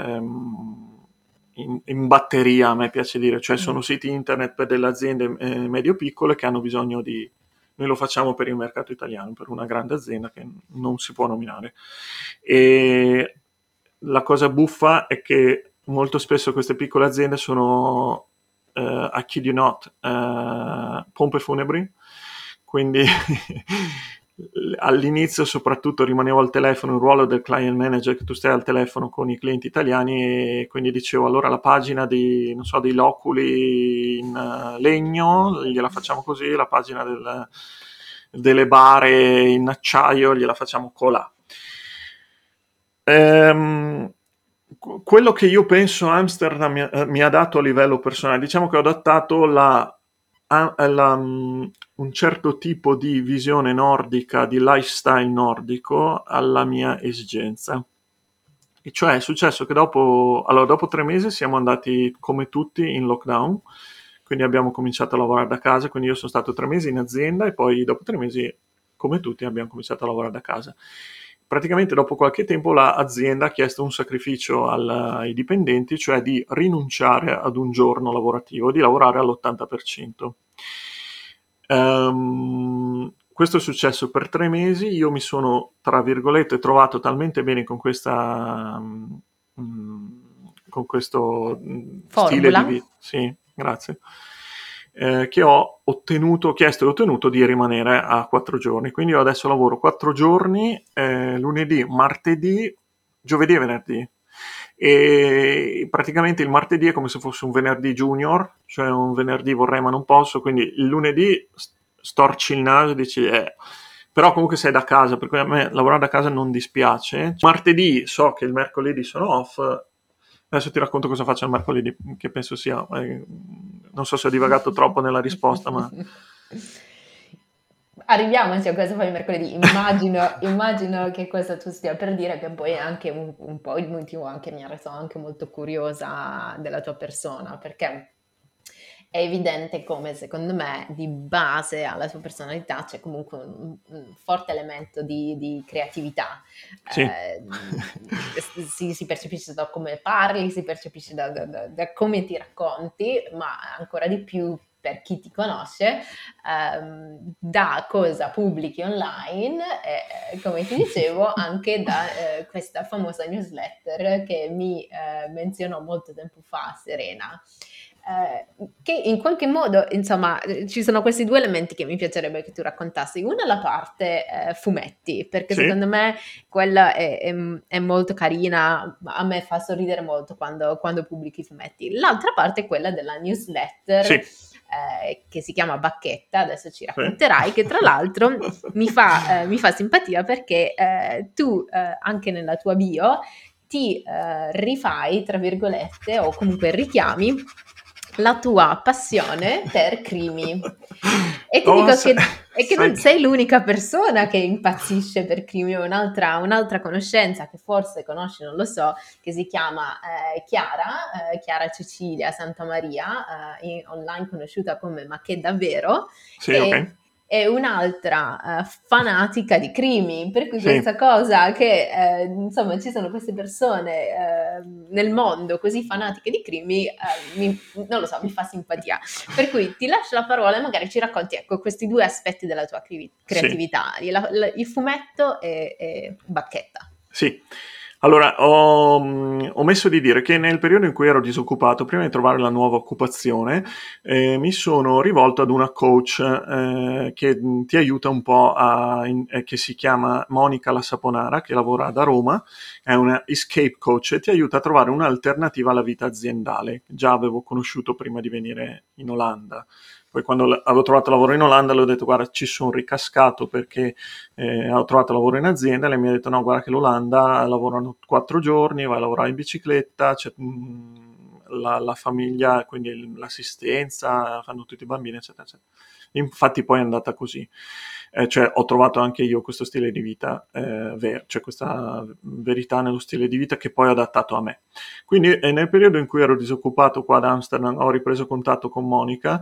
in batteria, a me piace dire, cioè sono siti internet per delle aziende medio-piccole che hanno bisogno di... Noi lo facciamo per il mercato italiano, per una grande azienda che non si può nominare. E la cosa buffa è che molto spesso queste piccole aziende sono, I kid you not, pompe funebri, quindi all'inizio soprattutto rimanevo al telefono in ruolo del client manager, che tu stai al telefono con i clienti italiani, e quindi dicevo allora la pagina di, non so, dei loculi in legno gliela facciamo così, la pagina delle bare in acciaio gliela facciamo colà. Ehm, Quello che io penso Amsterdam mi ha dato a livello personale, diciamo che ho adattato un certo tipo di visione nordica, di lifestyle nordico alla mia esigenza. E cioè è successo che dopo 3 mesi siamo andati come tutti in lockdown, quindi abbiamo cominciato a lavorare da casa, quindi io sono stato 3 mesi in azienda e poi dopo 3 mesi, come tutti, abbiamo cominciato a lavorare da casa. Praticamente dopo qualche tempo l'azienda ha chiesto un sacrificio ai dipendenti, cioè di rinunciare ad un giorno lavorativo, di lavorare all'80%. Questo è successo per 3 mesi, io mi sono, tra virgolette, trovato talmente bene con con questo stile Formula? di vita, sì, grazie, che ho chiesto e ottenuto di rimanere a 4 giorni. Quindi io adesso lavoro 4 giorni, lunedì, martedì, giovedì e venerdì. E praticamente il martedì è come se fosse un venerdì junior, cioè un venerdì vorrei ma non posso, quindi il lunedì storci il naso e dici però comunque sei da casa, per cui a me lavorare da casa non dispiace. Martedì so che il mercoledì sono off, adesso ti racconto cosa faccio il mercoledì, che penso sia, non so se ho divagato troppo nella risposta, ma Arriviamoci a cosa fai il mercoledì. Immagino che cosa tu stia per dire, che poi è anche un po' il motivo anche mi ha reso anche molto curiosa della tua persona, perché è evidente come secondo me di base alla tua personalità c'è comunque un forte elemento di creatività. sì, Si percepisce da come parli, si percepisce da come ti racconti, ma ancora di più per chi ti conosce, da cosa pubblichi online e, come ti dicevo, anche da questa famosa newsletter che mi menzionò molto tempo fa Serena. Che in qualche modo, insomma, ci sono questi due elementi che mi piacerebbe che tu raccontassi. Una è la parte fumetti, perché sì, secondo me quella è molto carina, a me fa sorridere molto quando pubblichi fumetti. L'altra parte è quella della newsletter, sì, che si chiama Bacchetta, adesso ci sì. racconterai, che tra l'altro mi fa simpatia perché tu anche nella tua bio ti rifai, tra virgolette, o comunque richiami la tua passione per crimi. E ti Oh, dico che sai non che... sei l'unica persona che impazzisce per crimi, ho un'altra conoscenza che forse conosci, non lo so, che si chiama Chiara Cecilia Santamaria, online conosciuta come Ma che davvero, Sì, che ok. è un'altra fanatica di crimi, per cui Sì, questa cosa che insomma ci sono queste persone nel mondo così fanatiche di crimi, non lo so, mi fa simpatia. Per cui ti lascio la parola e magari ci racconti ecco, questi due aspetti della tua sì. creatività, il fumetto e Bacchetta. Sì, allora ho messo di dire che nel periodo in cui ero disoccupato, prima di trovare la nuova occupazione, mi sono rivolto ad una coach che ti aiuta un po' che si chiama Monica La Saponara, che lavora da Roma, è una escape coach e ti aiuta a trovare un'alternativa alla vita aziendale. Già avevo conosciuto prima di venire in Olanda. Poi quando avevo trovato lavoro in Olanda le ho detto guarda ci sono ricascato perché ho trovato lavoro in azienda e lei mi ha detto no guarda che l'Olanda lavorano 4 giorni, vai a lavorare in bicicletta, c'è la famiglia, quindi l'assistenza, fanno tutti i bambini eccetera eccetera. Infatti poi è andata così. Cioè ho trovato anche io questo stile di vita, cioè questa verità nello stile di vita che poi ho adattato a me. Quindi nel periodo in cui ero disoccupato qua ad Amsterdam ho ripreso contatto con Monica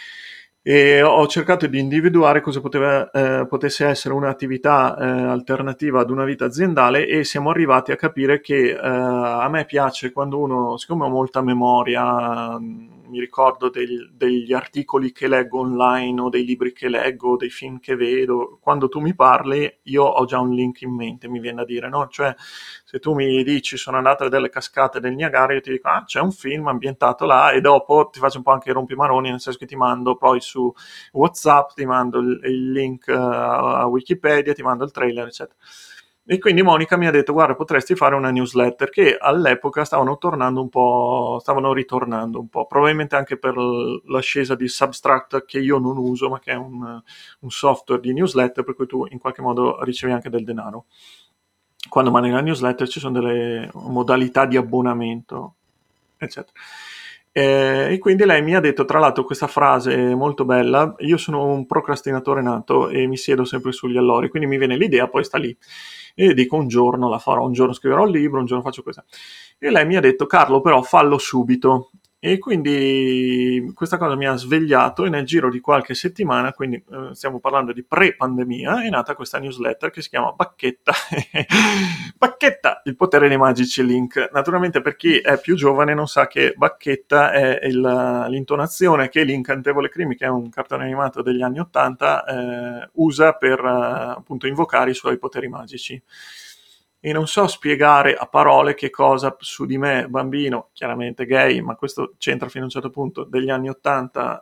e ho cercato di individuare cosa potesse essere un'attività alternativa ad una vita aziendale e siamo arrivati a capire che a me piace quando uno, siccome ho molta memoria, mi ricordo degli articoli che leggo online o dei libri che leggo, dei film che vedo, quando tu mi parli io ho già un link in mente, mi viene a dire, no? Cioè se tu mi dici sono andato a vedere le cascate del Niagara, io ti dico c'è un film ambientato là e dopo ti faccio un po' anche i rompimaroni, nel senso che ti mando poi su WhatsApp, ti mando il link a Wikipedia, ti mando il trailer, eccetera. E quindi Monica mi ha detto guarda potresti fare una newsletter, che all'epoca stavano ritornando un po', probabilmente anche per l'ascesa di Substract, che io non uso ma che è un software di newsletter per cui tu in qualche modo ricevi anche del denaro. Quando mandi la newsletter ci sono delle modalità di abbonamento, eccetera. E quindi lei mi ha detto tra l'altro questa frase molto bella: io sono un procrastinatore nato e mi siedo sempre sugli allori, quindi mi viene l'idea, poi sta lì e dico un giorno la farò, un giorno scriverò il libro, un giorno faccio questo. E lei mi ha detto Carlo però fallo subito. E quindi questa cosa mi ha svegliato e nel giro di qualche settimana, quindi stiamo parlando di pre-pandemia, è nata questa newsletter che si chiama Bacchetta. Bacchetta, il potere dei magici link. Naturalmente per chi è più giovane non sa che Bacchetta è l'intonazione che l'Incantevole Crimi, che è un cartone animato degli anni '80, usa per appunto invocare i suoi poteri magici. E non so spiegare a parole che cosa su di me, bambino, chiaramente gay, ma questo c'entra fino a un certo punto, degli anni '80,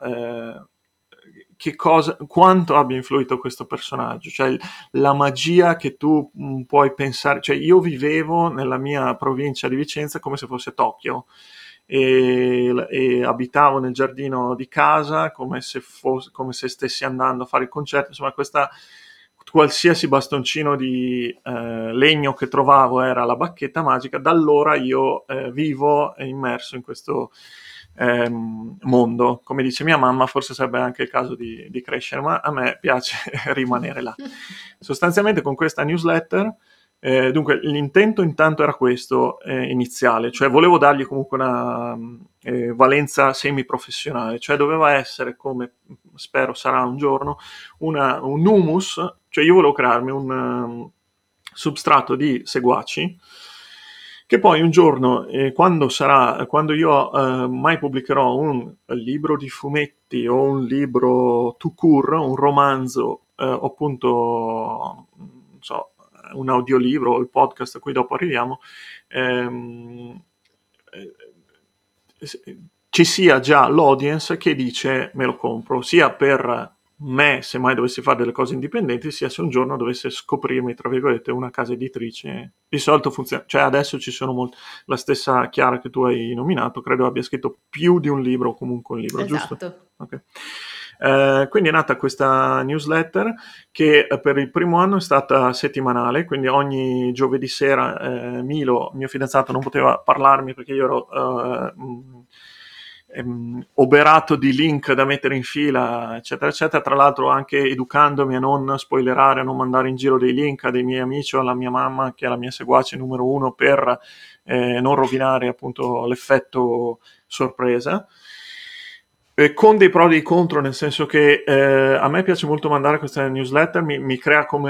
quanto abbia influito questo personaggio, cioè la magia che tu puoi pensare, cioè io vivevo nella mia provincia di Vicenza come se fosse Tokyo e abitavo nel giardino di casa come se stessi andando a fare il concerto, insomma questa qualsiasi bastoncino di legno che trovavo era la bacchetta magica. Da allora io vivo immerso in questo mondo. Come dice mia mamma, forse sarebbe anche il caso di crescere, ma a me piace rimanere là. Sostanzialmente con questa newsletter, dunque l'intento intanto era questo iniziale, cioè volevo dargli comunque una valenza semiprofessionale, cioè doveva essere, come spero sarà un giorno, un humus, cioè io volevo crearmi un substrato di seguaci che poi un giorno, quando io mai pubblicherò un libro di fumetti o un libro tout court, un romanzo o appunto, non so, un audiolibro o il podcast a cui dopo arriviamo, ehm, ci sia già l'audience che dice me lo compro, sia per me se mai dovessi fare delle cose indipendenti, sia se un giorno dovesse scoprirmi, tra virgolette, una casa editrice. Di solito funziona, cioè adesso ci sono la stessa Chiara che tu hai nominato, credo abbia scritto più di un libro o comunque un libro, giusto? Esatto. Ok. Quindi è nata questa newsletter che per il primo anno è stata settimanale, quindi ogni giovedì sera Milo, mio fidanzato, non poteva parlarmi perché io ero oberato di link da mettere in fila, eccetera, eccetera, tra l'altro anche educandomi a non spoilerare, a non mandare in giro dei link a dei miei amici o alla mia mamma, che è la mia seguace numero uno, per non rovinare appunto l'effetto sorpresa. Con dei pro e dei contro, nel senso che a me piace molto mandare questa newsletter, mi crea come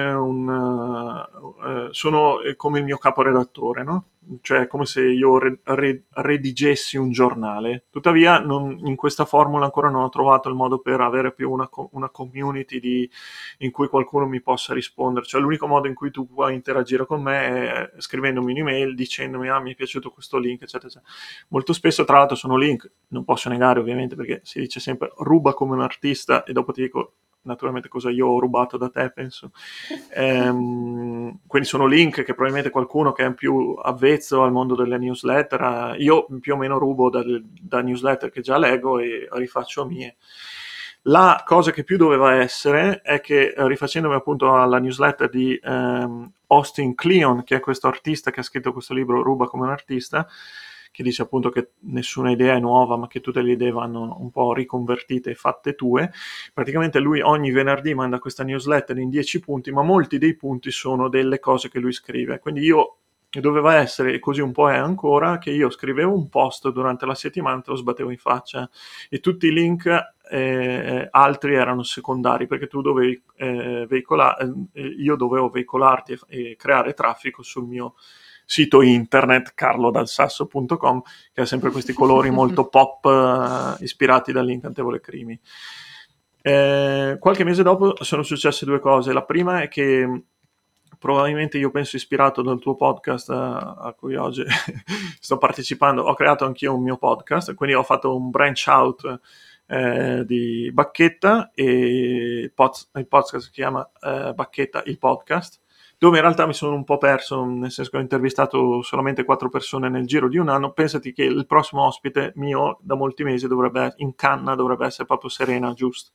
sono come il mio caporedattore, no? Cioè come se io redigessi un giornale. Tuttavia in questa formula ancora non ho trovato il modo per avere più una community in cui qualcuno mi possa rispondere. Cioè l'unico modo in cui tu puoi interagire con me è scrivendomi un'email dicendomi mi è piaciuto questo link, eccetera, eccetera. Molto spesso tra l'altro sono link, non posso negare ovviamente perché si dice sempre ruba come un artista e dopo ti dico naturalmente cosa io ho rubato da te, penso. Quindi sono link che probabilmente qualcuno che è più avvezzo al mondo delle newsletter, io più o meno rubo da newsletter che già leggo e rifaccio mie. La cosa che più doveva essere è che rifacendomi appunto alla newsletter di Austin Kleon, che è questo artista che ha scritto questo libro Ruba come un artista, che dice appunto che nessuna idea è nuova ma che tutte le idee vanno un po' riconvertite e fatte tue. Praticamente lui ogni venerdì manda questa newsletter in 10 punti, ma molti dei punti sono delle cose che lui scrive, quindi io doveva essere, e così un po' è ancora, che io scrivevo un post durante la settimana e te lo sbattevo in faccia e tutti i link altri erano secondari perché tu dovevi io dovevo veicolarti e creare traffico sul mio sito internet carlodalsasso.com, che ha sempre questi colori molto pop ispirati dall'Incantevole Crimi. Qualche mese dopo sono successe due cose. La prima è che probabilmente, io penso ispirato dal tuo podcast a cui oggi sto partecipando, ho creato anch'io un mio podcast, quindi ho fatto un branch out di Bacchetta, e il podcast si chiama Bacchetta il podcast, dove in realtà mi sono un po' perso, nel senso che ho intervistato solamente 4 persone nel giro di un anno. Pensati che il prossimo ospite mio da molti mesi in canna dovrebbe essere proprio Serena, giusto?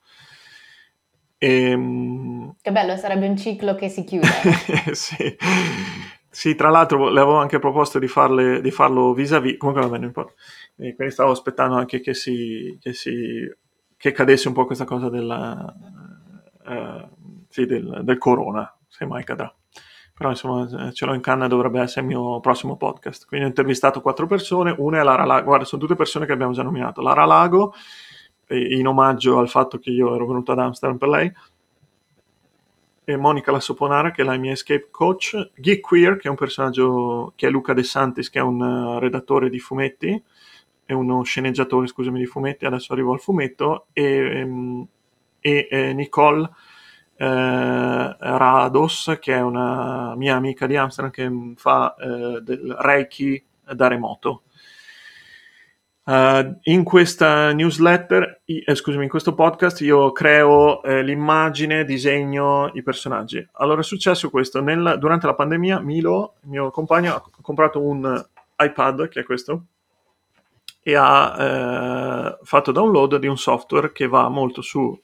Che bello, sarebbe un ciclo che si chiude. Sì. Sì, tra l'altro le avevo anche proposto di farlo vis-à-vis, comunque va bene, non importa. E quindi stavo aspettando anche che cadesse un po' questa cosa sì, del corona, se mai cadrà. Però insomma ce l'ho in canna, dovrebbe essere il mio prossimo podcast. Quindi ho intervistato 4 persone, una è Lara Lago, guarda, sono tutte persone che abbiamo già nominato. Lara Lago, in omaggio al fatto che io ero venuto ad Amsterdam per lei, e Monica La Soponara, che è la mia escape coach, Geek Queer, che è un personaggio, che è Luca De Santis, che è un redattore di fumetti, è uno sceneggiatore, scusami, di fumetti, adesso arrivo al fumetto, e Nicole Rados, che è una mia amica di Amsterdam, che fa del Reiki da remoto. In questa newsletter, scusami, in questo podcast io creo l'immagine, disegno i personaggi. Allora è successo questo: durante la pandemia Milo, il mio compagno, ha comprato un iPad, che è questo, e ha fatto download di un software che va molto su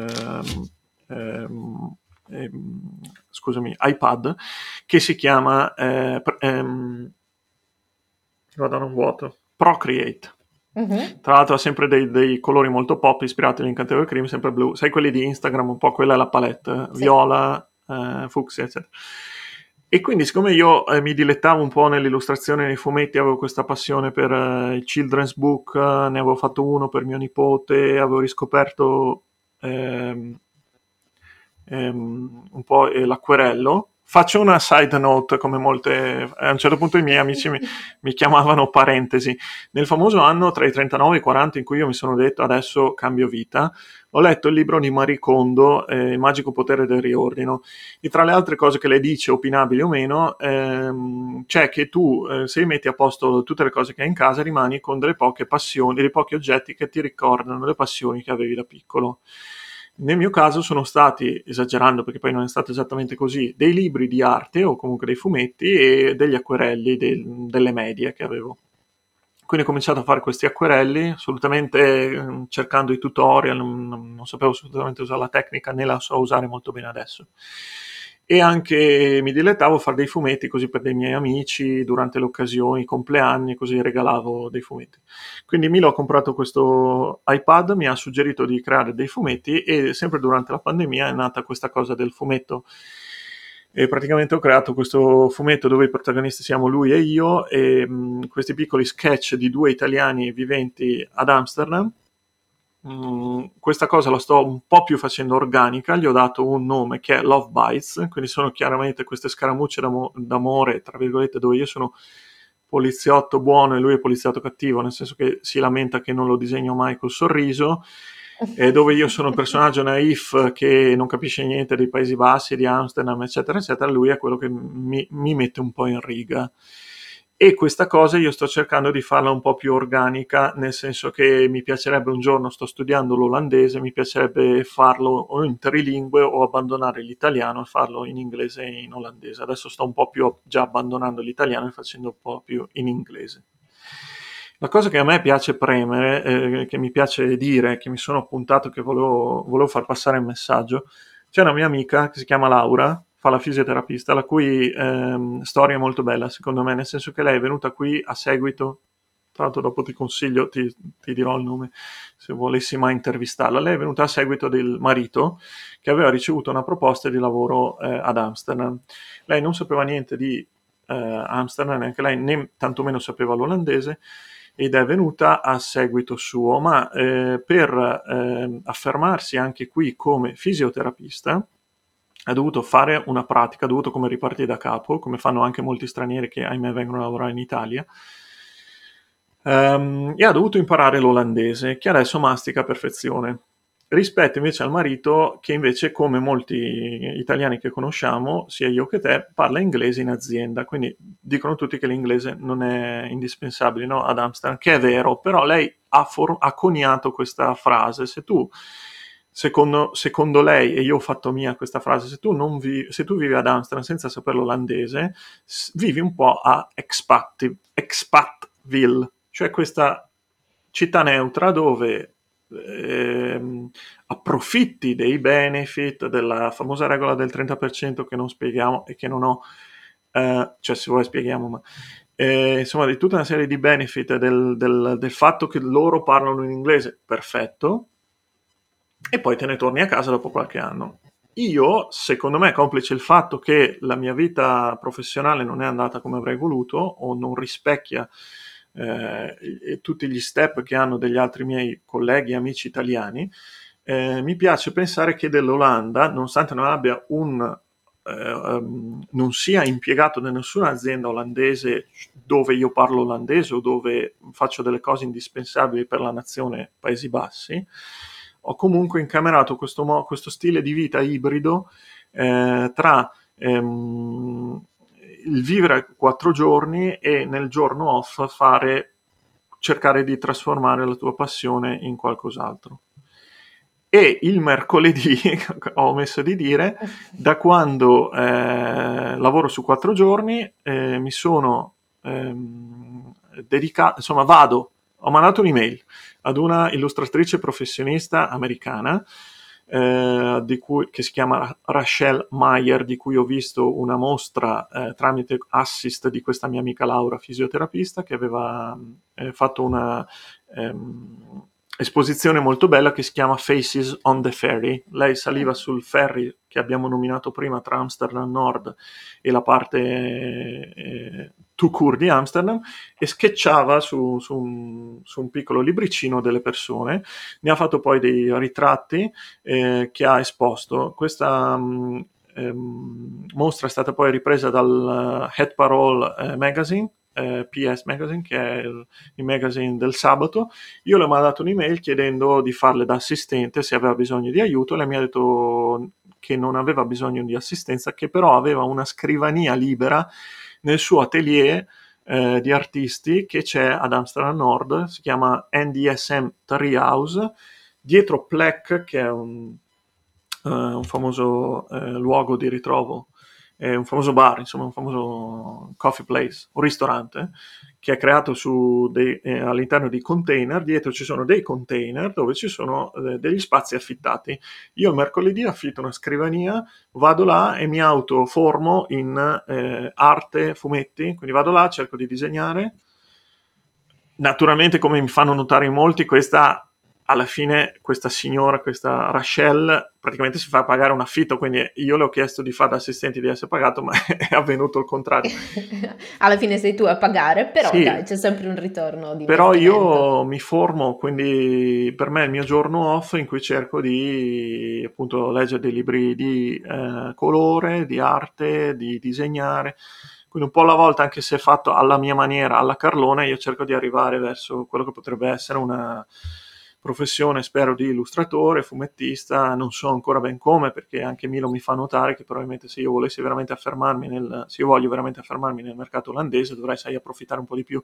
scusami, iPad, che si chiama vado a un vuoto, Procreate. Mhm. Tra l'altro ha sempre dei colori molto pop ispirati all'Incantevole Cream, sempre blu. Sai, quelli di Instagram, un po' quella è la palette, Sì. viola, fucsia, eccetera. E quindi, siccome io mi dilettavo un po' nell'illustrazione nei fumetti, avevo questa passione per il children's book, ne avevo fatto uno per mio nipote, avevo riscoperto ehm, un po' l'acquerello. Faccio una side note, come molte, a un certo punto i miei amici mi chiamavano parentesi. Nel famoso anno tra i 39 e i 40, in cui io mi sono detto adesso cambio vita, ho letto il libro di Marie Kondo, Il magico potere del riordino, e tra le altre cose che lei dice, opinabili o meno, c'è che tu, se metti a posto tutte le cose che hai in casa, rimani con delle poche passioni, dei pochi oggetti che ti ricordano le passioni che avevi da piccolo. Nel mio caso sono stati, esagerando perché poi non è stato esattamente così, dei libri di arte o comunque dei fumetti e degli acquerelli delle medie che avevo. Quindi ho cominciato a fare questi acquerelli, assolutamente cercando i tutorial, non sapevo assolutamente usare la tecnica, né la so usare molto bene adesso. E anche mi dilettavo a fare dei fumetti così per dei miei amici durante le occasioni, i compleanni, così regalavo dei fumetti. Quindi Milo ha comprato questo iPad, mi ha suggerito di creare dei fumetti, e sempre durante la pandemia è nata questa cosa del fumetto. E praticamente ho creato questo fumetto dove i protagonisti siamo lui e io, e questi piccoli sketch di due italiani viventi ad Amsterdam. Questa cosa la sto un po' più facendo organica, gli ho dato un nome che è Love Bites, quindi sono chiaramente queste scaramucce d'amore, tra virgolette, dove io sono poliziotto buono e lui è poliziotto cattivo, nel senso che si lamenta che non lo disegno mai col sorriso, dove io sono il personaggio naif che non capisce niente dei Paesi Bassi, di Amsterdam, eccetera, eccetera. Lui è quello che mi mette un po' in riga. E questa cosa io sto cercando di farla un po' più organica, nel senso che mi piacerebbe, un giorno sto studiando l'olandese, mi piacerebbe farlo o in trilingue o abbandonare l'italiano e farlo in inglese e in olandese. Adesso sto un po' più già abbandonando l'italiano e facendo un po' più in inglese. La cosa che a me piace premere, che mi piace dire, che mi sono appuntato, che volevo far passare il messaggio: c'è una mia amica che si chiama Laura, fa la fisioterapista, la cui storia è molto bella secondo me, nel senso che lei è venuta qui a seguito, tra l'altro dopo ti consiglio, ti dirò il nome se volessi mai intervistarla. Lei è venuta a seguito del marito che aveva ricevuto una proposta di lavoro ad Amsterdam. Lei non sapeva niente di Amsterdam, neanche lei, né tantomeno sapeva l'olandese, ed è venuta a seguito suo, ma per affermarsi anche qui come fisioterapista ha dovuto fare una pratica, ha dovuto come ripartire da capo, come fanno anche molti stranieri che ahimè vengono a lavorare in Italia, e ha dovuto imparare l'olandese, che adesso mastica a perfezione. Rispetto invece al marito, che invece, come molti italiani che conosciamo, sia io che te, parla inglese in azienda, quindi dicono tutti che l'inglese non è indispensabile, no, ad Amsterdam, che è vero, però lei ha coniato questa frase. Se tu, secondo lei, e io ho fatto mia questa frase, se tu vivi ad Amsterdam senza sapere l'olandese, vivi un po' a Expatville, cioè questa città neutra dove approfitti dei benefit della famosa regola del 30% che non spieghiamo e che non ho, cioè se vuoi spieghiamo, ma insomma di tutta una serie di benefit del fatto che loro parlano in inglese, perfetto, e poi te ne torni a casa dopo qualche anno. Io, secondo me, complice il fatto che la mia vita professionale non è andata come avrei voluto o non rispecchia tutti gli step che hanno degli altri miei colleghi e amici italiani, mi piace pensare che dell'Olanda, nonostante non sia impiegato da nessuna azienda olandese dove io parlo olandese o dove faccio delle cose indispensabili per la nazione Paesi Bassi, ho comunque incamerato questo stile di vita ibrido tra il vivere 4 giorni e nel giorno off cercare di trasformare la tua passione in qualcos'altro. E il mercoledì, ho omesso di dire, da quando lavoro su 4 giorni mi sono dedicato, insomma ho mandato un'email ad una illustratrice professionista americana che si chiama Rachel Meyer, di cui ho visto una mostra tramite assist di questa mia amica Laura, fisioterapista, che aveva fatto una esposizione molto bella che si chiama Faces on the Ferry. Lei saliva sul ferry che abbiamo nominato prima tra Amsterdam Nord e la parte tout di Amsterdam e sketchava su un piccolo libricino delle persone. Ne ha fatto poi dei ritratti che ha esposto. Questa mostra è stata poi ripresa dal Het Parool Magazine, PS Magazine, che è il magazine del sabato. Io le ho mandato un'email chiedendo di farle da assistente se aveva bisogno di aiuto. Lei mi ha detto che non aveva bisogno di assistenza, che però aveva una scrivania libera nel suo atelier di artisti che c'è ad Amsterdam Nord, si chiama NDSM Treehouse, dietro Plek, che è un famoso luogo di ritrovo, un famoso bar, insomma un famoso coffee place, un ristorante, che è creato all'interno di container. Dietro ci sono dei container dove ci sono degli spazi affittati. Io il mercoledì affitto una scrivania, vado là e mi autoformo in arte, fumetti, quindi vado là, cerco di disegnare. Naturalmente, come mi fanno notare in molti, alla fine questa signora, questa Rachel, praticamente si fa pagare un affitto, quindi io le ho chiesto di fare da assistenti di essere pagato, ma è avvenuto il contrario. Alla fine sei tu a pagare, però Sì, dai, c'è sempre un ritorno di però investimento. io mi formo, quindi per me è il mio giorno off in cui cerco di appunto leggere dei libri di colore, di arte, di disegnare. Quindi un po' alla volta, anche se è fatto alla mia maniera, alla Carlone, io cerco di arrivare verso quello che potrebbe essere una professione, spero, di illustratore, fumettista. Non so ancora ben come, perché anche Milo mi fa notare che probabilmente se io volessi veramente se io voglio veramente affermarmi nel mercato olandese, dovrei, sai, approfittare un po' di più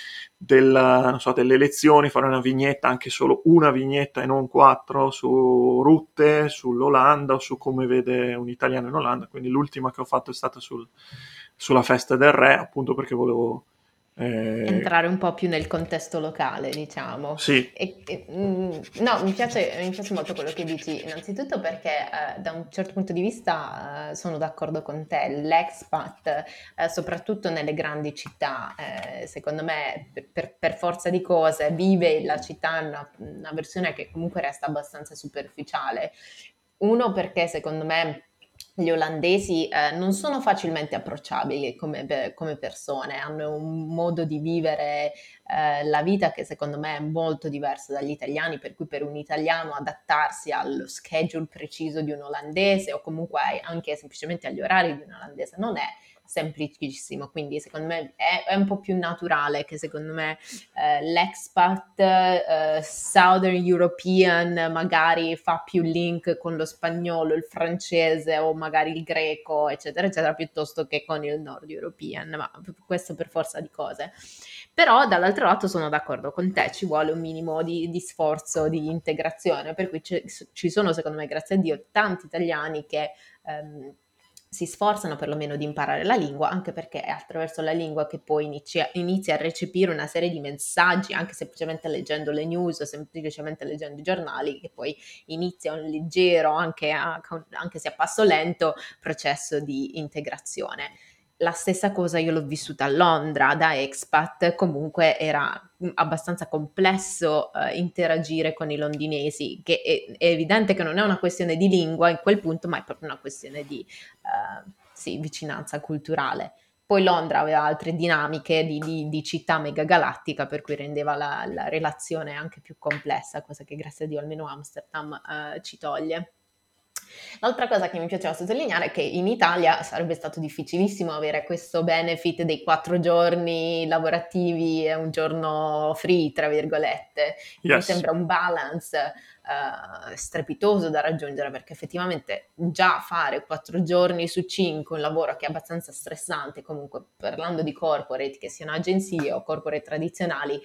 non so, delle lezioni, fare una vignetta, anche solo una vignetta e non quattro, su Rutte, sull'Olanda o su come vede un italiano in Olanda. Quindi l'ultima che ho fatto è stata sulla festa del re, appunto perché volevo... Entrare un po' più nel contesto locale, diciamo. sì, No, mi piace molto quello che dici, innanzitutto perché da un certo punto di vista sono d'accordo con te, l'expat, soprattutto nelle grandi città, secondo me per forza di cose vive la città una versione che comunque resta abbastanza superficiale. Uno perché secondo me gli olandesi non sono facilmente approcciabili come persone, hanno un modo di vivere la vita che secondo me è molto diverso dagli italiani, per cui per un italiano adattarsi allo schedule preciso di un olandese o comunque anche semplicemente agli orari di un olandese non è semplicissimo, quindi secondo me è un po' più naturale che secondo me l'expat Southern European magari fa più link con lo spagnolo, il francese o magari il greco, eccetera, eccetera, piuttosto che con il Nord European, ma questo per forza di cose. Però dall'altro lato sono d'accordo con te, ci vuole un minimo di sforzo di integrazione, per cui ci sono secondo me, grazie a Dio, tanti italiani che si sforzano perlomeno di imparare la lingua, anche perché è attraverso la lingua che poi inizi a recepire una serie di messaggi, anche semplicemente leggendo le news o semplicemente leggendo i giornali, che poi inizia un leggero, anche se a passo lento, processo di integrazione. La stessa cosa io l'ho vissuta a Londra da expat, comunque era abbastanza complesso interagire con i londinesi, che è evidente che non è una questione di lingua in quel punto, ma è proprio una questione di sì, vicinanza culturale. Poi Londra aveva altre dinamiche di città megagalattica, per cui rendeva la relazione anche più complessa, cosa che grazie a Dio almeno Amsterdam ci toglie. L'altra cosa che mi piaceva sottolineare è che in Italia sarebbe stato difficilissimo avere questo benefit dei 4 giorni lavorativi e un giorno free, tra virgolette. Mi Yes. sembra un balance strepitoso da raggiungere, perché effettivamente già fare 4 giorni su 5 un lavoro che è abbastanza stressante, comunque parlando di corporate, che siano agenzie o corporate tradizionali,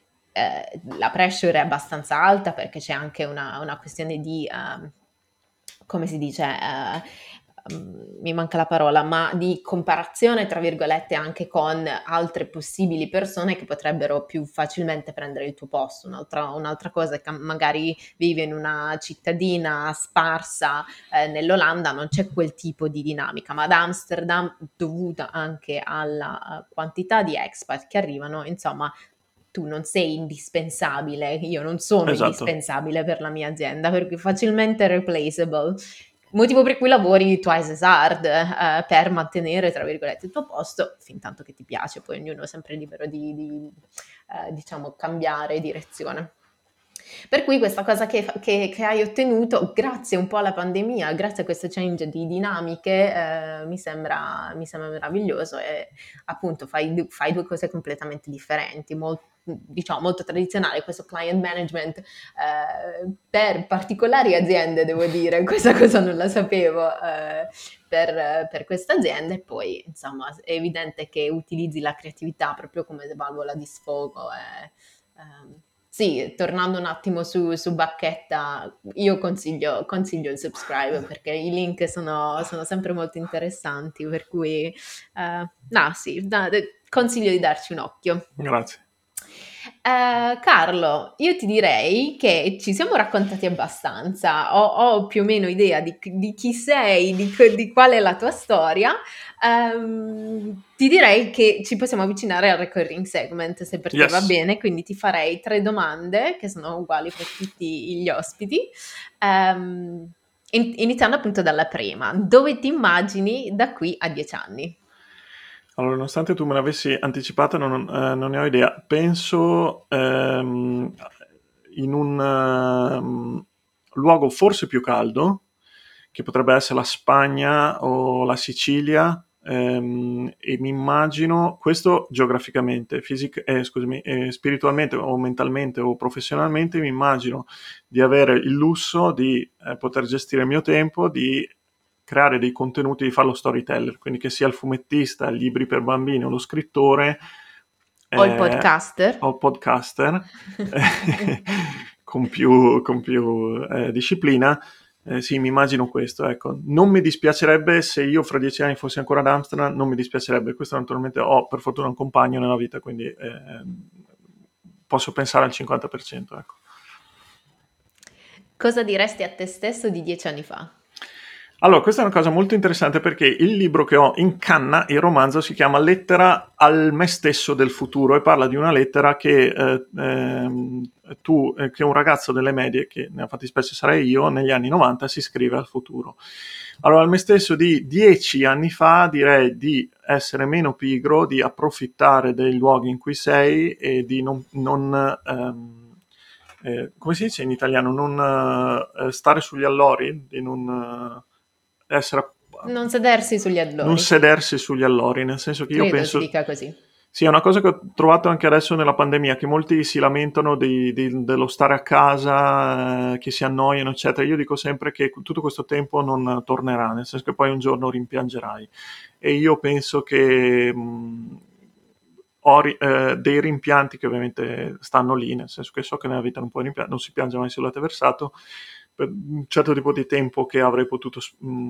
la pressure è abbastanza alta perché c'è anche una questione di come si dice, mi manca la parola, ma di comparazione, tra virgolette, anche con altre possibili persone che potrebbero più facilmente prendere il tuo posto. Un'altra cosa è che magari vivi in una cittadina sparsa nell'Olanda, non c'è quel tipo di dinamica, ma ad Amsterdam, dovuta anche alla quantità di expat che arrivano, insomma, tu non sei indispensabile, io non sono Esatto. indispensabile per la mia azienda, perché facilmente replaceable. Motivo per cui lavori twice as hard per mantenere, tra virgolette, il tuo posto, fin tanto che ti piace, poi ognuno è sempre libero di diciamo, cambiare direzione. Per cui questa cosa che hai ottenuto, grazie un po' alla pandemia, grazie a questo change di dinamiche, mi sembra meraviglioso e appunto fai due cose completamente differenti, diciamo molto tradizionale, questo client management per particolari aziende, devo dire, questa cosa non la sapevo per questa azienda e poi insomma è evidente che utilizzi la creatività proprio come valvola di sfogo. Sì, tornando un attimo su Bacchetta, io consiglio il subscribe perché i link sono sempre molto interessanti, per cui no, sì, consiglio di darci un occhio. Grazie. Carlo, io ti direi che ci siamo raccontati abbastanza, ho più o meno idea di chi sei, di qual è la tua storia. Ti direi che ci possiamo avvicinare al recurring segment, se per te va Yes. bene, quindi ti farei 3 domande che sono uguali per tutti gli ospiti. Ehm, iniziando appunto dalla prima, dove ti immagini da qui a 10 anni? Allora, nonostante tu me l'avessi anticipata, non ne ho idea. Penso in un luogo forse più caldo, che potrebbe essere la Spagna o la Sicilia, e mi immagino questo geograficamente, scusami, spiritualmente o mentalmente o professionalmente, mi immagino di avere il lusso di poter gestire il mio tempo, di creare dei contenuti, di fare lo storyteller, quindi che sia il fumettista, libri per bambini o lo scrittore O il podcaster? o il podcaster con più disciplina. Sì, mi immagino questo, ecco. Non mi dispiacerebbe se io fra 10 anni fossi ancora ad Amsterdam, non mi dispiacerebbe. Questo naturalmente ho per fortuna un compagno nella vita, quindi posso pensare al 50%, ecco. Cosa diresti a te stesso di 10 anni fa? Allora, questa è una cosa molto interessante perché il libro che ho in canna, il romanzo, si chiama Lettera al me stesso del futuro e parla di una lettera che che un ragazzo delle medie, che nella fattispecie sarei io, negli anni 90 si scrive al futuro. Allora, al me stesso di 10 anni fa direi di essere meno pigro, di approfittare dei luoghi in cui sei e di come si dice in italiano, non stare sugli allori, di non essere, Non sedersi sugli non allori. sedersi sugli allori, nel senso che io Credo si penso, dica così. sì, è una cosa che ho trovato anche adesso nella pandemia, che molti si lamentano dello stare a casa, che si annoiano, eccetera. Io dico sempre che tutto questo tempo non tornerà, nel senso che poi un giorno rimpiangerai. E io penso che ho dei rimpianti che ovviamente stanno lì, nel senso che so che nella vita non si piange mai sul latte versato, per un certo tipo di tempo che avrei potuto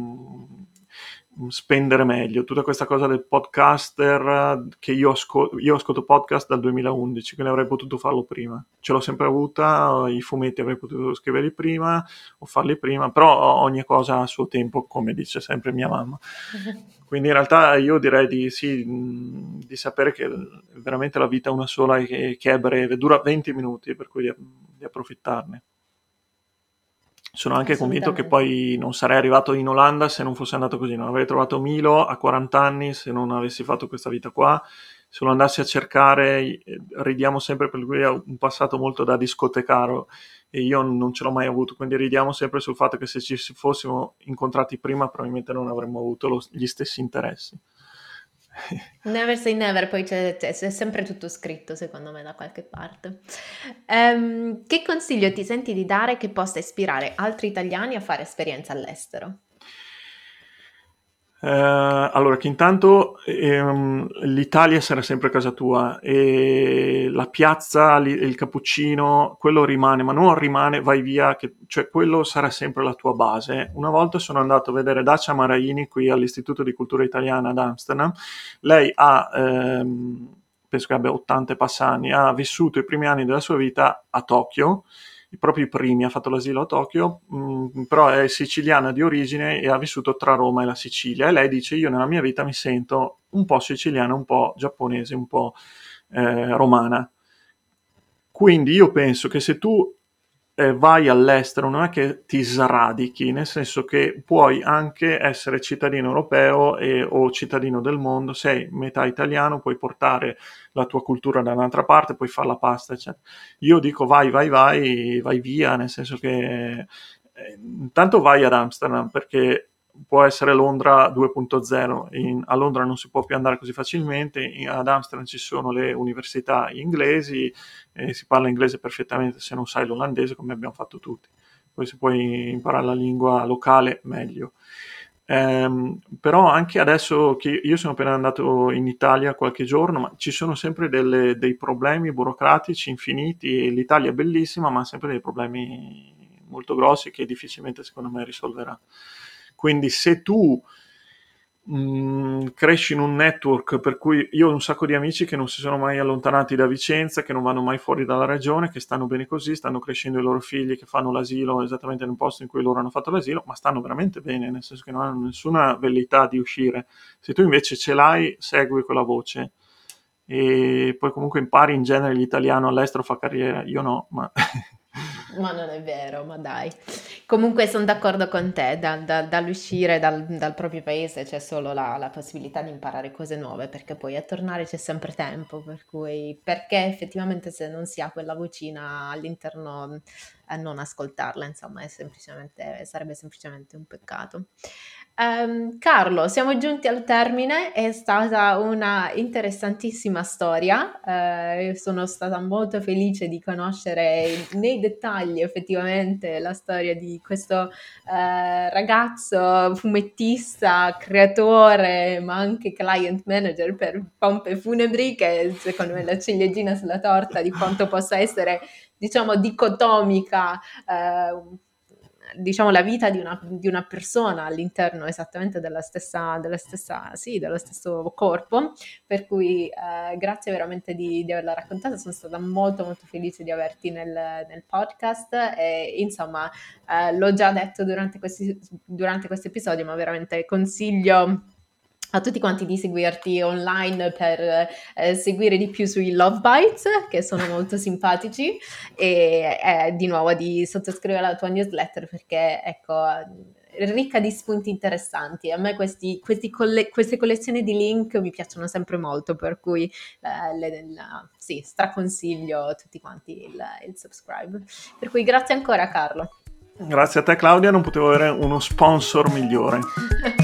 spendere meglio. Tutta questa cosa del podcaster, che io ascolto podcast dal 2011, quindi avrei potuto farlo prima. Ce l'ho sempre avuta, i fumetti avrei potuto scriverli prima o farli prima, però ogni cosa ha il suo tempo, come dice sempre mia mamma. Quindi in realtà io direi di, sì, di sapere che veramente la vita è una sola e che è breve, dura 20 minuti, per cui di approfittarne. Sono anche convinto che Assolutamente. poi non sarei arrivato in Olanda se non fosse andato così, non avrei trovato Milo a 40 anni se non avessi fatto questa vita qua. Se lo andassi a cercare, ridiamo sempre per lui, ha un passato molto da discotecaro e io non ce l'ho mai avuto, quindi ridiamo sempre sul fatto che se ci fossimo incontrati prima probabilmente non avremmo avuto gli stessi interessi. Never say never, poi c'è sempre tutto scritto, secondo me, da qualche parte. Che consiglio ti senti di dare che possa ispirare altri italiani a fare esperienza all'estero? Allora, che intanto l'Italia sarà sempre casa tua e la piazza, il cappuccino, quello rimane, ma non rimane, vai via, cioè quello sarà sempre la tua base. Una volta sono andato a vedere Dacia Maraini qui all'Istituto di Cultura Italiana ad Amsterdam. Lei penso che abbia 80 e passa anni, ha vissuto i primi anni della sua vita a Tokyo, i propri primi, ha fatto l'asilo a Tokyo, però è siciliana di origine e ha vissuto tra Roma e la Sicilia e lei dice io nella mia vita mi sento un po' siciliana, un po' giapponese, un po' romana. Quindi io penso che se tu vai all'estero non è che ti sradichi, nel senso che puoi anche essere cittadino europeo o cittadino del mondo, sei metà italiano, puoi portare la tua cultura da un'altra parte, puoi fare la pasta, eccetera. Io dico vai, vai, vai, vai via, nel senso che intanto vai ad Amsterdam perché può essere Londra 2.0, a Londra non si può più andare così facilmente, ad Amsterdam ci sono le università inglesi, si parla inglese perfettamente se non sai l'olandese come abbiamo fatto tutti. Poi se puoi imparare la lingua locale meglio. Però anche adesso che io sono appena andato in Italia qualche giorno, ma ci sono sempre dei problemi burocratici infiniti e l'Italia è bellissima, ma ha sempre dei problemi molto grossi che difficilmente secondo me risolverà. Quindi se tu cresci in un network per cui io ho un sacco di amici che non si sono mai allontanati da Vicenza, che non vanno mai fuori dalla regione, che stanno bene così, stanno crescendo i loro figli, che fanno l'asilo esattamente nel posto in cui loro hanno fatto l'asilo, ma stanno veramente bene, nel senso che non hanno nessuna velleità di uscire. Se tu invece ce l'hai, segui quella voce e poi comunque impari in genere l'italiano all'estero fa carriera, io no, ma Ma non è vero, ma dai. Comunque sono d'accordo con te, dall'uscire dal proprio paese c'è solo la possibilità di imparare cose nuove, perché poi a tornare c'è sempre tempo, per cui perché effettivamente se non si ha quella vocina all'interno, non ascoltarla, insomma, sarebbe semplicemente un peccato. Carlo, siamo giunti al termine, è stata una interessantissima storia, sono stata molto felice di conoscere nei dettagli effettivamente la storia di questo ragazzo fumettista, creatore, ma anche client manager per pompe funebri, che secondo me è la ciliegina sulla torta di quanto possa essere, diciamo, dicotomica, diciamo, la vita di una persona all'interno esattamente sì, dello stesso corpo, per cui grazie veramente di averla raccontata, sono stata molto molto felice di averti nel podcast e insomma l'ho già detto durante questo episodio, ma veramente consiglio a tutti quanti di seguirti online per seguire di più sui Love Bites, che sono molto simpatici, e di nuovo di sottoscrivere la tua newsletter perché, ecco, è ricca di spunti interessanti. A me queste collezioni di link mi piacciono sempre molto, per cui sì, straconsiglio a tutti quanti il subscribe. Per cui grazie ancora, Carlo. Grazie a te Claudia, non potevo avere uno sponsor migliore.